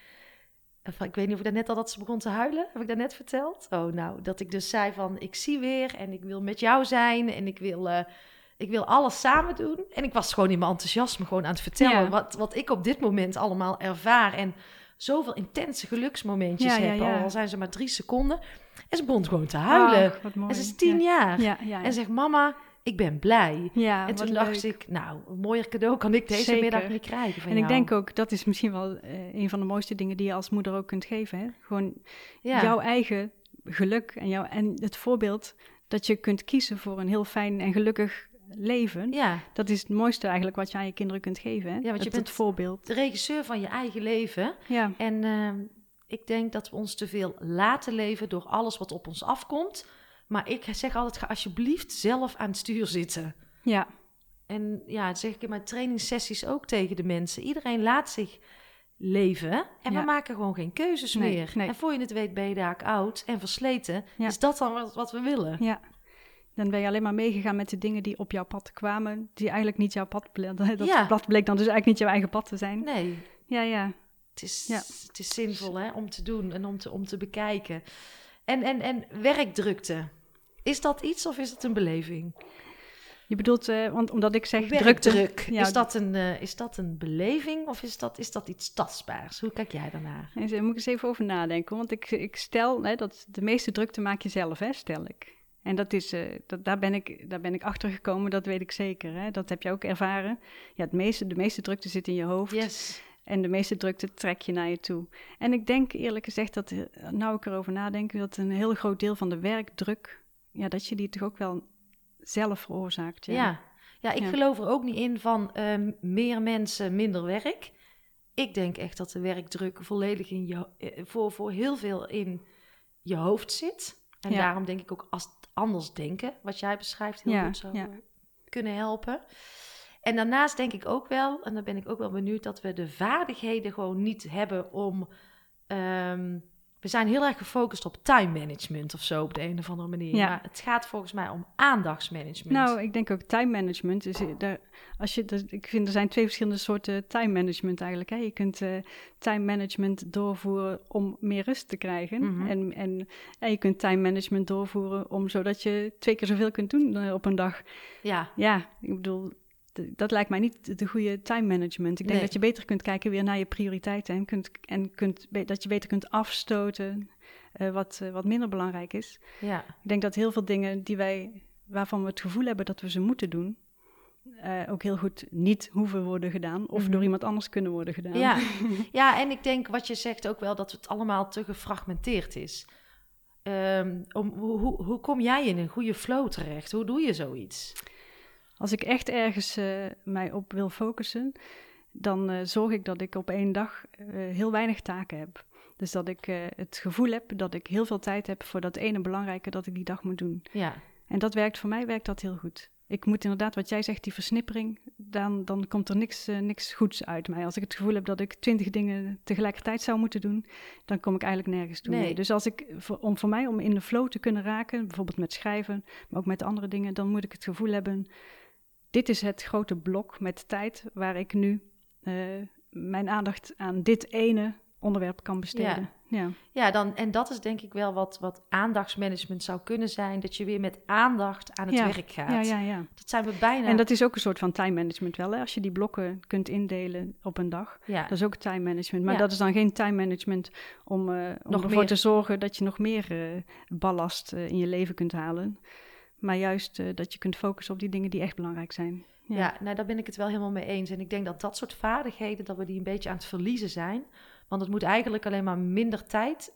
ik weet niet of ik dat ze begon te huilen. Heb ik dat net verteld? Dat ik dus zei van, ik zie weer en ik wil met jou zijn en ik wil alles samen doen. En ik was gewoon in mijn enthousiasme gewoon aan het vertellen wat ik op dit moment allemaal ervaar. En zoveel intense geluksmomentjes heb, al zijn ze maar 3 seconden. En ze begon gewoon te huilen. En ze is 10 jaar. Ja. En zegt, mama, ik ben blij. Ja, En wat toen dacht leuk. ik, nou, een mooier cadeau kan ik deze Zeker. middag niet krijgen van En jou. ik denk ook, dat is misschien wel een van de mooiste dingen die je als moeder ook kunt geven. Hè? Gewoon Ja. jouw eigen geluk en het voorbeeld dat je kunt kiezen voor een heel fijn en gelukkig leven. Ja, Dat is het mooiste eigenlijk wat je aan je kinderen kunt geven. Hè? Ja, want je bent het voorbeeld. de regisseur van je eigen leven. Ja, En ik denk dat we ons te veel laten leven door alles wat op ons afkomt. Maar ik zeg altijd, ga alsjeblieft zelf aan het stuur zitten. ja, En ja, dat zeg ik in mijn trainingssessies ook tegen de mensen. Iedereen laat zich leven en we Ja. maken gewoon geen keuzes Nee, meer. nee. En voor je het weet ben je daar oud en versleten. Ja. Is dat dan wat we willen? ja. Dan ben je alleen maar meegegaan met de dingen die op jouw pad kwamen, die eigenlijk niet jouw pad bleek. Dat Ja. pad bleek dan dus eigenlijk niet jouw eigen pad te zijn. Nee, Ja. het is, Ja. het is zinvol hè, om te doen en om te bekijken. En werkdrukte. Is dat iets of is het een beleving? Je bedoelt, want omdat ik zeg Werkdruk. drukte. Ja, Is dat een beleving of is dat iets tastbaars? Hoe kijk jij daarnaar? daar moet ik eens even over nadenken. Want ik stel dat de meeste drukte maak je zelf, hè, stel ik. En dat is, daar ben ik achter gekomen, dat weet ik zeker. Hè. Dat heb je ook ervaren. Ja, de meeste drukte zit in je hoofd. Yes. En de meeste drukte trek je naar je toe. En ik denk eerlijk gezegd dat, nou ik erover nadenk, dat een heel groot deel van de werkdruk, ja, dat je die toch ook wel zelf veroorzaakt. Ja, ik Ja. geloof er ook niet in van meer mensen, minder werk. Ik denk echt dat de werkdruk volledig in voor heel veel in je hoofd zit. En Ja. daarom denk ik ook als anders denken, wat jij beschrijft, heel goed zou kunnen helpen. En daarnaast denk ik ook wel, en daar ben ik ook wel benieuwd, dat we de vaardigheden gewoon niet hebben om... we zijn heel erg gefocust op time management of zo op de een of andere manier. Ja. Maar het gaat volgens mij om aandachtsmanagement. Nou, ik denk ook time management. Dus ik vind er zijn 2 verschillende soorten time management eigenlijk. Hè. Je kunt time management doorvoeren om meer rust te krijgen. Mhm. En je kunt time management doorvoeren zodat je 2 keer zoveel kunt doen op een dag. Ja, Ja, ik bedoel, dat lijkt mij niet de goede time management. Ik denk Nee. dat je beter kunt kijken weer naar je prioriteiten dat je beter kunt afstoten wat minder belangrijk is. ja. Ik denk dat heel veel dingen waarvan we het gevoel hebben dat we ze moeten doen, ook heel goed niet hoeven worden gedaan of Mhm. door iemand anders kunnen worden gedaan. Ja. Ja, en ik denk wat je zegt ook wel dat het allemaal te gefragmenteerd is. Hoe kom jij in een goede flow terecht? Hoe doe je zoiets? Als ik echt ergens mij op wil focussen, dan zorg ik dat ik op 1 dag heel weinig taken heb. Dus dat ik het gevoel heb dat ik heel veel tijd heb voor dat ene belangrijke dat ik die dag moet doen. Ja, En voor mij werkt dat heel goed. Ik moet inderdaad, wat jij zegt, die versnippering, dan komt er niks goeds uit mij. Als ik het gevoel heb dat ik 20 dingen tegelijkertijd zou moeten doen, dan kom ik eigenlijk nergens toe. Nee. Nee. Dus voor mij om in de flow te kunnen raken, bijvoorbeeld met schrijven, maar ook met andere dingen, dan moet ik het gevoel hebben, dit is het grote blok met tijd waar ik nu mijn aandacht aan dit ene onderwerp kan besteden. en dat is denk ik wel wat aandachtsmanagement zou kunnen zijn. Dat je weer met aandacht aan het werk gaat. Ja. Dat zijn we bijna... En dat is ook een soort van time management wel, hè? Als je die blokken kunt indelen op een dag. Ja. Dat is ook time management. Maar Ja. dat is dan geen time management om ervoor meer. te zorgen dat je nog meer ballast in je leven kunt halen. Maar juist dat je kunt focussen op die dingen die echt belangrijk zijn. Ja, nou daar ben ik het wel helemaal mee eens. En ik denk dat soort vaardigheden, dat we die een beetje aan het verliezen zijn. Want het moet eigenlijk alleen maar minder tijd.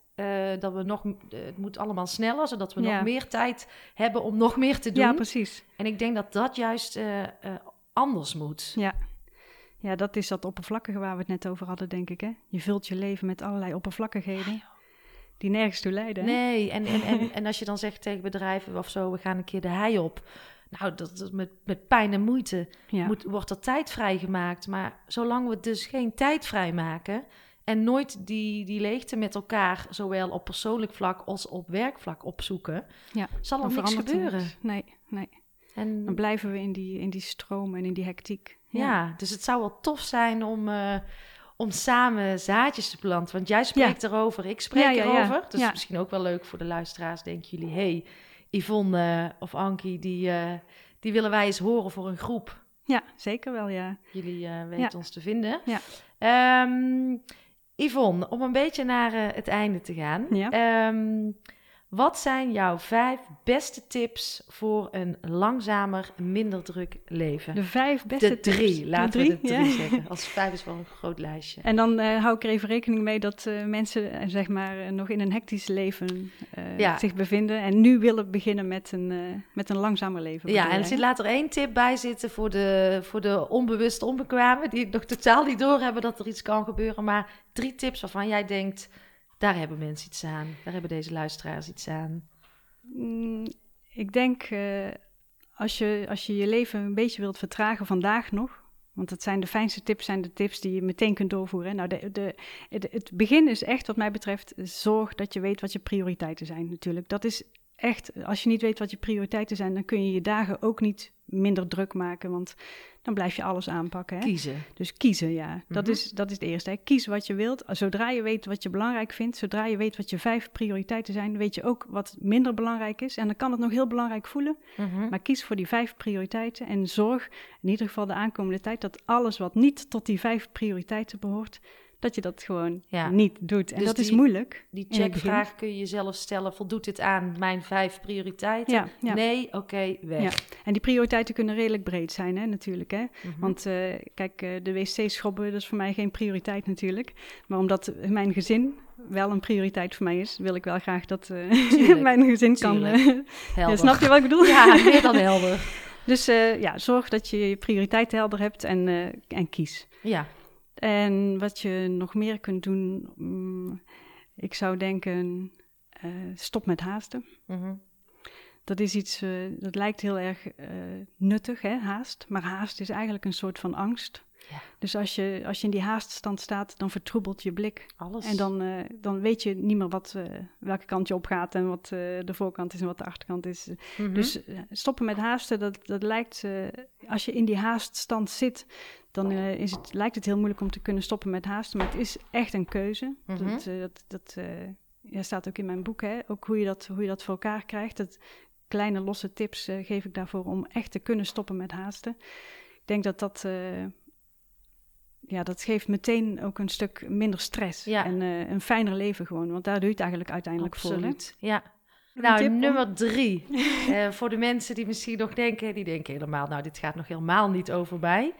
Het moet allemaal sneller, zodat we nog meer tijd hebben om nog meer te doen. Ja, precies. En ik denk dat dat juist anders moet. Ja, dat is dat oppervlakkige waar we het net over hadden, denk ik. Hè? Je vult je leven met allerlei oppervlakkigheden die nergens toe leiden. Hè? Nee, en als je dan zegt tegen bedrijven of zo, we gaan een keer de hei op. Nou, dat met pijn en moeite wordt er tijd vrijgemaakt. Maar zolang we dus geen tijd vrijmaken en nooit die leegte met elkaar, zowel op persoonlijk vlak als op werkvlak opzoeken, zal er niks gebeuren. Nee. En dan blijven we in die stroom en in die hectiek. Ja, dus het zou wel tof zijn om samen zaadjes te planten. Want jij spreekt erover, ik spreek erover. Dus misschien ook wel leuk voor de luisteraars. Denken jullie, hey, Yvonne of Ankie, die willen wij eens horen voor een groep. Ja, zeker wel, ja. Jullie weten ons te vinden. Ja. Yvonne, om een beetje naar het einde te gaan. Ja. Wat zijn jouw 5 beste tips voor een langzamer, minder druk leven? De 5 beste de 3, tips. laten we de 3 ja. zeggen. Als 5 is wel een groot lijstje. En dan hou ik er even rekening mee dat mensen zeg maar nog in een hectisch leven zich bevinden. En nu willen beginnen met een langzamer leven. Ja, en er zit later 1 tip bij zitten voor de onbewust onbekwamen. Die nog totaal niet doorhebben dat er iets kan gebeuren. Maar 3 tips waarvan jij denkt, daar hebben mensen iets aan. Daar hebben deze luisteraars iets aan. Ik denk, als je leven een beetje wilt vertragen vandaag nog. Want dat zijn de fijnste tips, zijn de tips die je meteen kunt doorvoeren. Nou, het begin is echt, wat mij betreft, zorg dat je weet wat je prioriteiten zijn natuurlijk. Dat is echt, als je niet weet wat je prioriteiten zijn, dan kun je je dagen ook niet minder druk maken, want dan blijf je alles aanpakken. Hè? Kiezen. Dus kiezen, ja. Mm-hmm. Dat is het eerste. Hè? Kies wat je wilt. Zodra je weet wat je belangrijk vindt, zodra je weet wat je 5 prioriteiten zijn, weet je ook wat minder belangrijk is. En dan kan het nog heel belangrijk voelen, maar kies voor die 5 prioriteiten en zorg in ieder geval de aankomende tijd dat alles wat niet tot die 5 prioriteiten behoort, dat je dat gewoon niet doet. En dus dat is moeilijk. Die checkvraag kun je jezelf stellen. Voldoet dit aan mijn 5 prioriteiten? Ja. Nee, oké, weg. Ja. En die prioriteiten kunnen redelijk breed zijn, hè, natuurlijk. Hè? Want kijk, de wc schrobben, dat is voor mij geen prioriteit natuurlijk. Maar omdat mijn gezin wel een prioriteit voor mij is, wil ik wel graag dat mijn gezin kan. Snap je wat ik bedoel? Ja, meer dan helder. Dus zorg dat je je prioriteiten helder hebt en kies. Ja. En wat je nog meer kunt doen, ik zou denken, stop met haasten. Dat is iets, dat lijkt heel erg nuttig, hè, haast. Maar haast is eigenlijk een soort van angst. Ja. Dus als je in die haaststand staat, dan vertroebelt je blik. Alles. En dan weet je niet meer welke kant je op gaat en wat de voorkant is en wat de achterkant is. Dus stoppen met haasten, dat lijkt, als je in die haaststand zit, dan lijkt het heel moeilijk om te kunnen stoppen met haasten. Maar het is echt een keuze. Dat staat ook in mijn boek, hè? Ook hoe je dat voor elkaar krijgt. Kleine losse tips geef ik daarvoor om echt te kunnen stoppen met haasten. Ik denk dat dat geeft meteen ook een stuk minder stress. Ja. En een fijner leven gewoon. Want daar doe je het eigenlijk uiteindelijk Absoluut. voor. Hè? Ja. Nou, nummer 3. Voor de mensen die misschien nog denken, helemaal, nou, dit gaat nog helemaal niet over mij.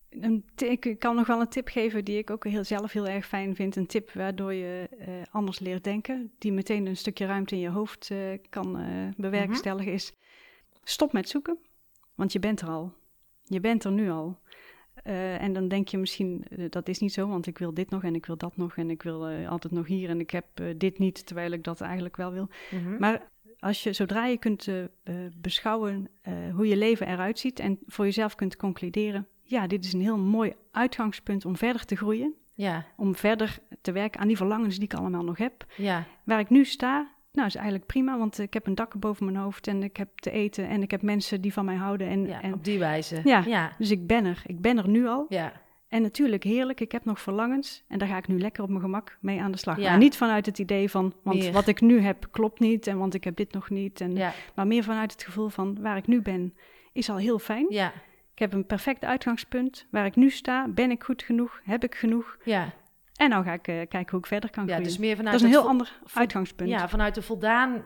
Ik kan nog wel een tip geven die ik ook zelf heel erg fijn vind. Een tip waardoor je anders leert denken. Die meteen een stukje ruimte in je hoofd kan bewerkstelligen is. Stop met zoeken, want je bent er al. Je bent er nu al. En dan denk je misschien, dat is niet zo, want ik wil dit nog en ik wil dat nog. En ik wil altijd nog hier en ik heb dit niet, terwijl ik dat eigenlijk wel wil. Maar zodra je kunt beschouwen hoe je leven eruit ziet en voor jezelf kunt concluderen, ja, dit is een heel mooi uitgangspunt om verder te groeien. Ja. Om verder te werken aan die verlangens die ik allemaal nog heb. Ja. Waar ik nu sta, nou, is eigenlijk prima, want ik heb een dak boven mijn hoofd en ik heb te eten en ik heb mensen die van mij houden. En op die wijze. Ja, dus ik ben er. Ik ben er nu al. Ja. En natuurlijk heerlijk, ik heb nog verlangens en daar ga ik nu lekker op mijn gemak mee aan de slag. Ja. Maar niet vanuit het idee van, want wat ik nu heb klopt niet en want ik heb dit nog niet. Maar meer vanuit het gevoel van waar ik nu ben, is al heel fijn. Ja. Ik heb een perfect uitgangspunt. Waar ik nu sta, ben ik goed genoeg? Heb ik genoeg? Ja. En nou ga ik kijken hoe ik verder kan groeien. Dus meer vanuit dat is een heel ander uitgangspunt. Ja, vanuit een voldaan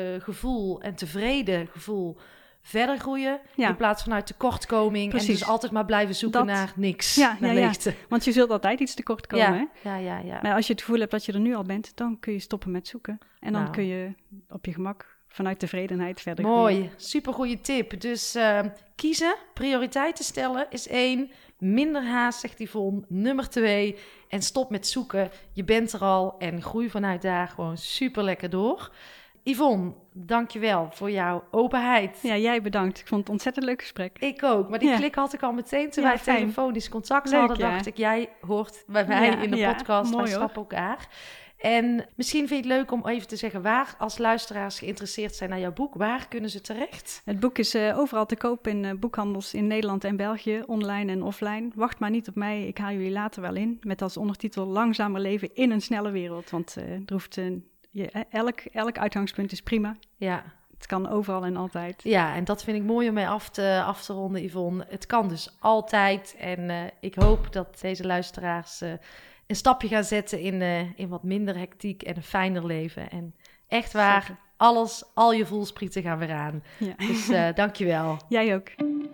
gevoel en tevreden gevoel verder groeien. Ja. In plaats vanuit tekortkoming. Precies. En dus altijd maar blijven zoeken naar niks. Naar leegte. Want je zult altijd iets tekort komen. Ja. Hè? Ja. Maar als je het gevoel hebt dat je er nu al bent, dan kun je stoppen met zoeken. En dan kun je op je gemak vanuit tevredenheid verder Mooi, groeien. Supergoeie tip. Dus kiezen, prioriteiten stellen is 1. Minder haast, zegt Yvonne. Nummer 2. En stop met zoeken. Je bent er al en groei vanuit daar gewoon super lekker door. Yvonne, dankjewel voor jouw openheid. Ja, jij bedankt. Ik vond het een ontzettend leuk gesprek. Ik ook, maar die klik had ik al meteen toen wij telefonisch contact hadden. Dacht ik, jij hoort bij mij in de podcast. Wij snappen elkaar. En misschien vind je het leuk om even te zeggen waar, als luisteraars geïnteresseerd zijn naar jouw boek, waar kunnen ze terecht? Het boek is overal te koop in boekhandels in Nederland en België, online en offline. Wacht maar niet op mij, ik haal jullie later wel in. Met als ondertitel Langzamer leven in een snelle wereld. Want elk uitgangspunt is prima. Ja. Het kan overal en altijd. Ja, en dat vind ik mooi om mee af te ronden, Yvonne. Het kan dus altijd. En ik hoop dat deze luisteraars een stapje gaan zetten in wat minder hectiek en een fijner leven. En echt waar, al je voelsprieten gaan weer aan. Ja. Dus dankjewel. Jij ook.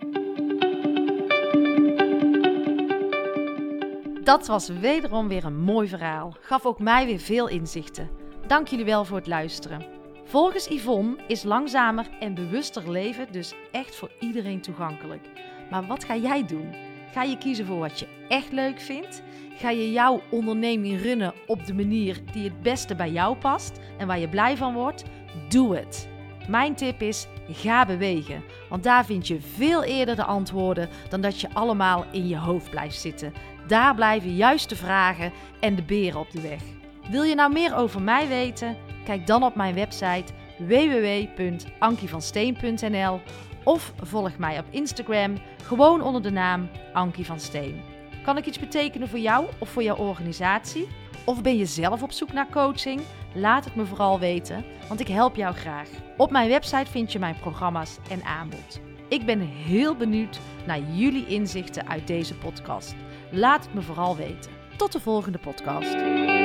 Dat was wederom weer een mooi verhaal. Gaf ook mij weer veel inzichten. Dank jullie wel voor het luisteren. Volgens Yvonne is langzamer en bewuster leven dus echt voor iedereen toegankelijk. Maar wat ga jij doen? Ga je kiezen voor wat je echt leuk vindt? Ga je jouw onderneming runnen op de manier die het beste bij jou past en waar je blij van wordt? Doe het! Mijn tip is, ga bewegen. Want daar vind je veel eerder de antwoorden dan dat je allemaal in je hoofd blijft zitten. Daar blijven juist de vragen en de beren op de weg. Wil je nou meer over mij weten? Kijk dan op mijn website www.ankievansteen.nl of volg mij op Instagram, gewoon onder de naam Ankie van Steen. Kan ik iets betekenen voor jou of voor jouw organisatie? Of ben je zelf op zoek naar coaching? Laat het me vooral weten, want ik help jou graag. Op mijn website vind je mijn programma's en aanbod. Ik ben heel benieuwd naar jullie inzichten uit deze podcast. Laat het me vooral weten. Tot de volgende podcast.